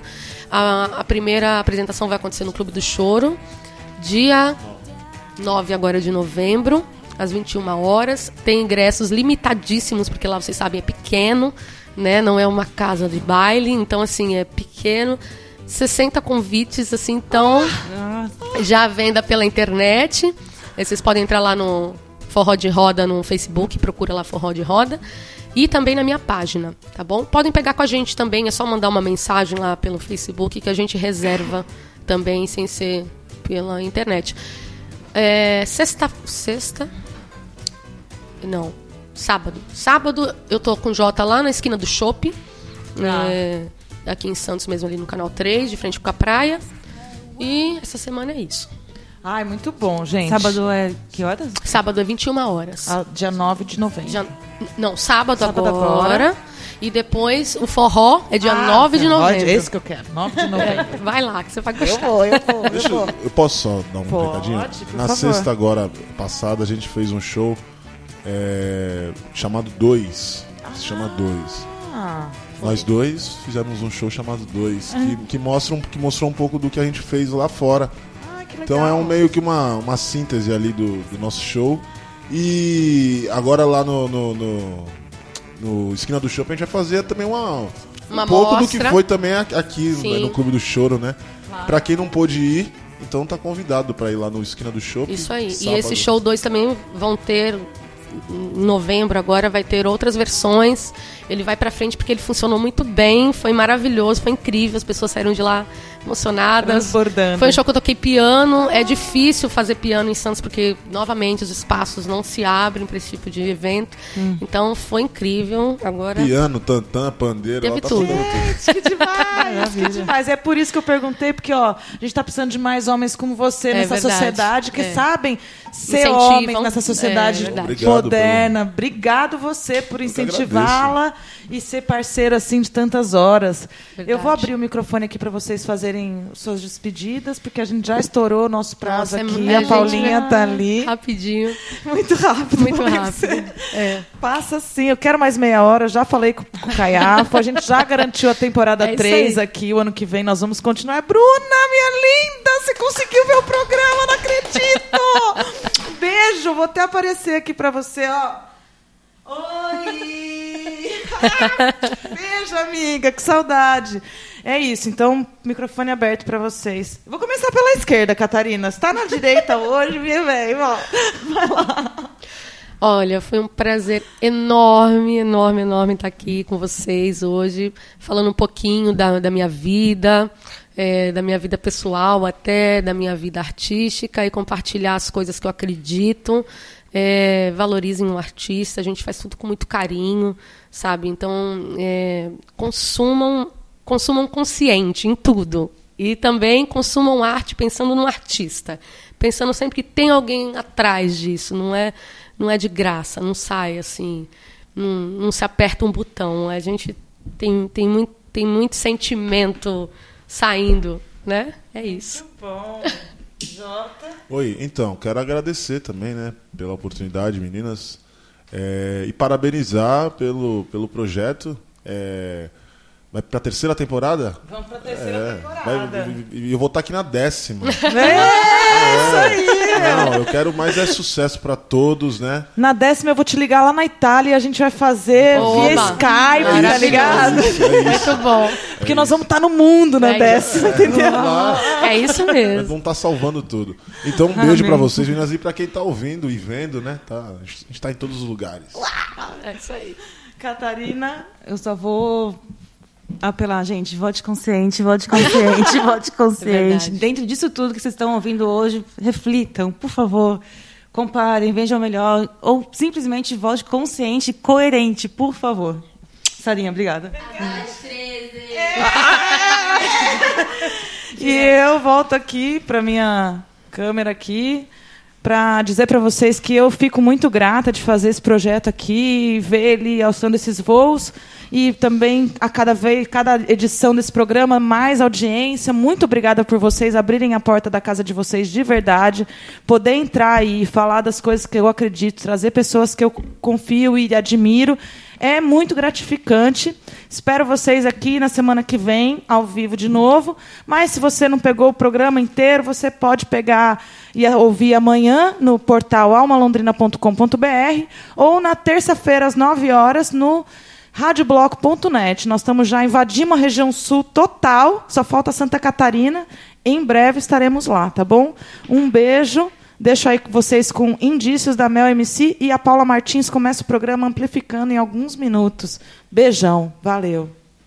Speaker 3: A primeira apresentação vai acontecer no Clube do Choro, dia 9 agora de novembro, às 21 horas. Tem ingressos limitadíssimos, porque lá, vocês sabem, é pequeno, né? Não é uma casa de baile, então assim, é pequeno. 60 convites, assim, então já à venda pela internet. Aí vocês podem entrar lá no Forró de Roda no Facebook, procura lá Forró de Roda. E também na minha página, tá bom? Podem pegar com a gente também, é só mandar uma mensagem lá pelo Facebook que a gente reserva também, sem ser pela internet. Sábado eu tô com o Jota lá na esquina do Shopping. Aqui em Santos mesmo, ali no Canal 3, de frente com a praia. E essa semana é isso.
Speaker 1: Ai, muito bom, gente.
Speaker 2: Sábado é que horas?
Speaker 3: Sábado é 21 horas.
Speaker 1: Dia 9 de novembro.
Speaker 3: Sábado agora. E depois o forró é dia 9 de novembro.
Speaker 1: Esse que eu quero, 9 de novembro.
Speaker 3: Vai lá, que você vai gostar.
Speaker 1: Eu vou.
Speaker 9: Eu posso só dar um recadinho? Na sexta agora passada, a gente fez um show chamado 2. Se chama 2. Nós dois fizemos um show chamado 2, que mostrou um pouco do que a gente fez lá fora. Então é meio que uma síntese ali do nosso show. E agora lá no Esquina do Shopping a gente vai fazer também um pouco
Speaker 3: mostra.
Speaker 9: do que foi também aqui no Clube do Choro, né? Claro. Pra quem não pôde ir, então tá convidado pra ir lá no Esquina do Shopping.
Speaker 3: Isso aí.
Speaker 9: Sábado.
Speaker 3: E esse show 2 também vão ter, em novembro agora, vai ter outras versões. Ele vai pra frente porque ele funcionou muito bem, foi maravilhoso, foi incrível, as pessoas saíram de lá emocionadas.
Speaker 1: Transbordando.
Speaker 3: Foi um show que eu toquei piano. É difícil fazer piano em Santos porque, novamente, os espaços não se abrem para esse tipo de evento. Então foi incrível. Agora
Speaker 9: piano, tantã, pandeiro,
Speaker 3: teve
Speaker 9: tá
Speaker 3: tudo.
Speaker 1: Que demais, que demais. É por isso que eu perguntei, porque ó, a gente tá precisando de mais homens como você nessa
Speaker 3: verdade.
Speaker 1: sociedade que sabem ser
Speaker 3: Incentivam.
Speaker 1: homens nessa sociedade moderna.
Speaker 9: Obrigado
Speaker 1: Obrigado você por incentivá-la e ser parceiro assim de tantas horas.
Speaker 3: Verdade.
Speaker 1: Eu vou abrir o microfone aqui para vocês fazerem suas despedidas, porque a gente já estourou o nosso prazo aqui. A Paulinha tá ali.
Speaker 3: Rapidinho.
Speaker 1: Muito rápido.
Speaker 3: Muito rápido.
Speaker 1: Passa sim. Eu quero mais meia hora. Eu já falei com o Caiafo. A gente já garantiu a temporada 3 aqui. O ano que vem nós vamos continuar. Bruna, minha linda, você conseguiu ver o programa, não acredito! Beijo, vou até aparecer aqui pra você, ó. Oi! Beijo, amiga, que saudade. É isso, então, microfone aberto pra vocês. Vou começar pela esquerda, Catarina. Você tá na direita hoje, minha velha. Vai lá.
Speaker 3: Olha, foi um prazer enorme, enorme, enorme estar aqui com vocês hoje, falando um pouquinho da minha vida, da minha vida pessoal até, da minha vida artística e compartilhar as coisas que eu acredito. Valorizem o artista, a gente faz tudo com muito carinho, sabe? Então, consumam consciente em tudo. E também consumam arte pensando no artista. Pensando sempre que tem alguém atrás disso. Não é de graça, não sai assim. Não se aperta um botão. A gente tem muito sentimento saindo, né? É isso.
Speaker 1: Muito bom. Jota.
Speaker 9: Oi, então, quero agradecer também, né, pela oportunidade, meninas. E parabenizar pelo projeto. Vai pra terceira temporada?
Speaker 1: Vamos pra terceira temporada.
Speaker 9: E eu vou estar aqui na 10ª.
Speaker 1: Isso aí!
Speaker 9: Não, eu quero mais sucesso pra todos, né?
Speaker 1: Na 10ª eu vou te ligar lá na Itália e a gente vai fazer via Skype, tá ligado?
Speaker 3: Muito bom.
Speaker 1: Porque nós vamos estar no mundo na 10ª, entendeu?
Speaker 3: É isso mesmo.
Speaker 9: Vamos estar salvando tudo. Então, um beijo pra vocês, meninas, e pra quem tá ouvindo e vendo, né? A gente tá em todos os lugares.
Speaker 3: É isso aí.
Speaker 1: Catarina,
Speaker 2: eu só vou apelar, gente, vote consciente, vote consciente, vote consciente. Dentro disso tudo que vocês estão ouvindo hoje, reflitam, por favor, comparem, vejam melhor, ou simplesmente vote consciente e coerente, por favor. Sarinha, obrigada. E eu volto aqui para minha câmera aqui para dizer para vocês que eu fico muito grata de fazer esse projeto aqui, ver ele alçando esses voos e também a cada edição desse programa mais audiência. Muito obrigada por vocês abrirem a porta da casa de vocês de verdade, poder entrar aí e falar das coisas que eu acredito, trazer pessoas que eu confio e admiro. É muito gratificante. Espero vocês aqui na semana que vem, ao vivo de novo. Mas se você não pegou o programa inteiro, você pode pegar e ouvir amanhã no portal almalondrina.com.br ou na terça-feira, às 9h, no radiobloco.net. Nós estamos já invadindo a região sul total, só falta Santa Catarina. Em breve estaremos lá, tá bom? Um beijo. Deixo aí vocês com indícios da Mel MC e a Paula Martins começa o programa amplificando em alguns minutos. Beijão. Valeu.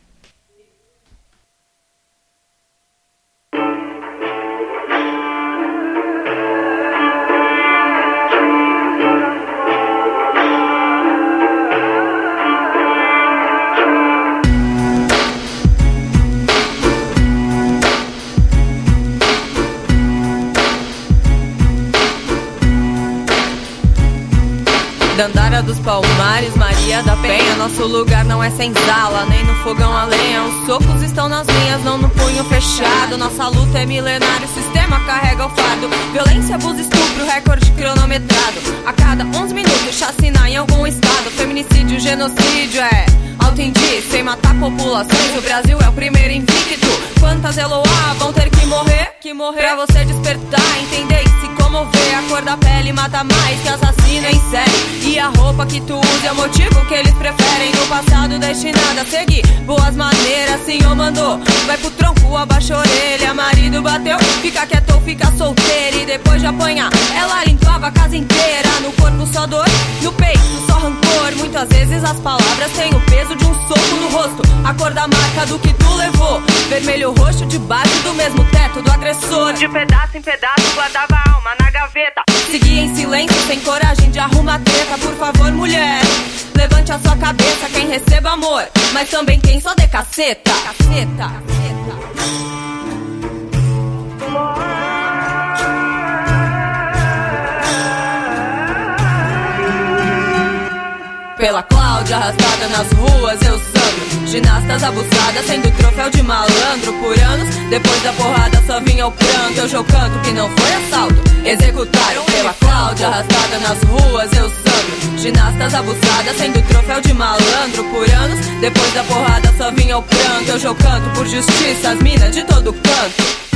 Speaker 10: Dandara dos Palmares, Maria da Penha. Nosso lugar não é senzala, nem no fogão a lenha. Os socos estão nas linhas, não no punho fechado. Nossa luta é milenária, o sistema carrega o fardo. Violência, abuso, estupro, recorde cronometrado. A cada 11 minutos, chacina em algum estado. Feminicídio, genocídio, entendi. Sem matar populações, o Brasil é o primeiro invicto. Quantas Eloá vão ter que morrer? Pra você despertar, entender e se comover. A cor da pele mata mais que assassino em série. E a roupa que tu usa é o motivo que eles preferem. No passado destinado a seguir boas maneiras, senhor mandou. Vai pro tronco, abaixa a orelha. Marido bateu, fica quieto ou fica solteiro. E depois de apanhar, ela limpava a casa inteira. No corpo só dor, no peito só rancor. Muitas vezes as palavras têm o peso de um soco no rosto. A cor da marca do que tu levou. Vermelho ou roxo debaixo do mesmo teto do agressor. De pedaço em pedaço guardava a alma na gaveta. Seguia em silêncio, sem coragem de arrumar treta. Por favor, mulher, levante a sua cabeça. Quem receba amor, mas também quem só dê caceta. Pela Cláudia, arrastada nas ruas, eu sangro. Ginastas abusadas, sendo troféu de malandro por anos. Depois da porrada só vinha o pranto. Eu canto que não foi assalto. Executaram pela Cláudia, arrastada nas ruas, eu sangro. Ginastas abusadas, sendo troféu de malandro por anos. Depois da porrada só vinha o pranto. Eu canto por justiça, as minas de todo canto.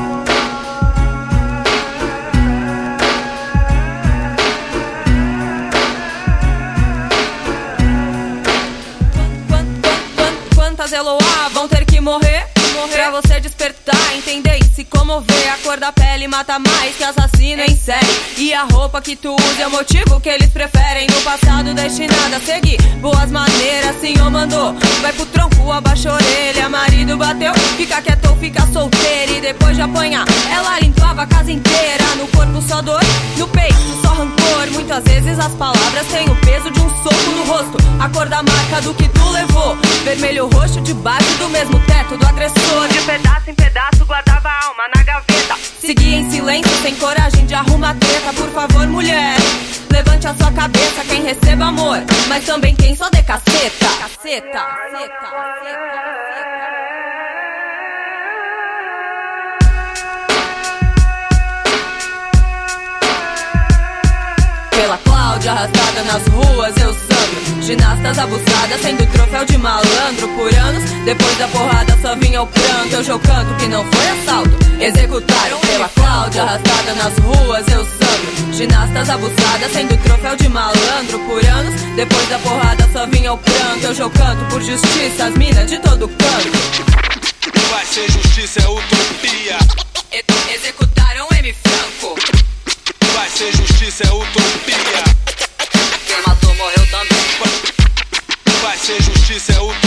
Speaker 10: Quantas Eloá vão ter que morrer? Pra você despertar, entender e se comover. A cor da pele mata mais que assassino em série. E a roupa que tu usa é o motivo que eles preferem. No passado destinado a seguir boas maneiras, senhor mandou. Vai pro tronco, abaixa a orelha. Marido bateu, fica quieto ou fica solteiro. E depois de apanhar, ela limpava a casa inteira. No corpo só dor, no peito só rancor. Muitas vezes as palavras têm o peso de um soco no rosto. A cor da marca do que tu levou. Vermelho ou roxo debaixo do mesmo teto do agressor. De pedaço em pedaço guardava a alma na gaveta. Seguia em silêncio, sem coragem de arrumar treta. Por favor, mulher, levante a sua cabeça. Quem receba amor, mas também quem só dê caceta. Pela Cláudia, arrastada nas ruas, eu sangro. Ginastas abusadas, sendo troféu de malandro por anos. Depois da porrada só vinha o pranto. Eu canto que não foi assalto. Executaram pela Cláudia, arrastada nas ruas, eu sangro. Ginastas abusadas, sendo troféu de malandro por anos. Depois da porrada só vinha o pranto. Eu canto por justiça, as minas de todo canto.
Speaker 11: Vai ser justiça, é utopia.
Speaker 10: Executaram M. Franco.
Speaker 11: Vai ser justiça, é utopia.
Speaker 10: Quem matou morreu também.
Speaker 11: Vai ser justiça, é utopia.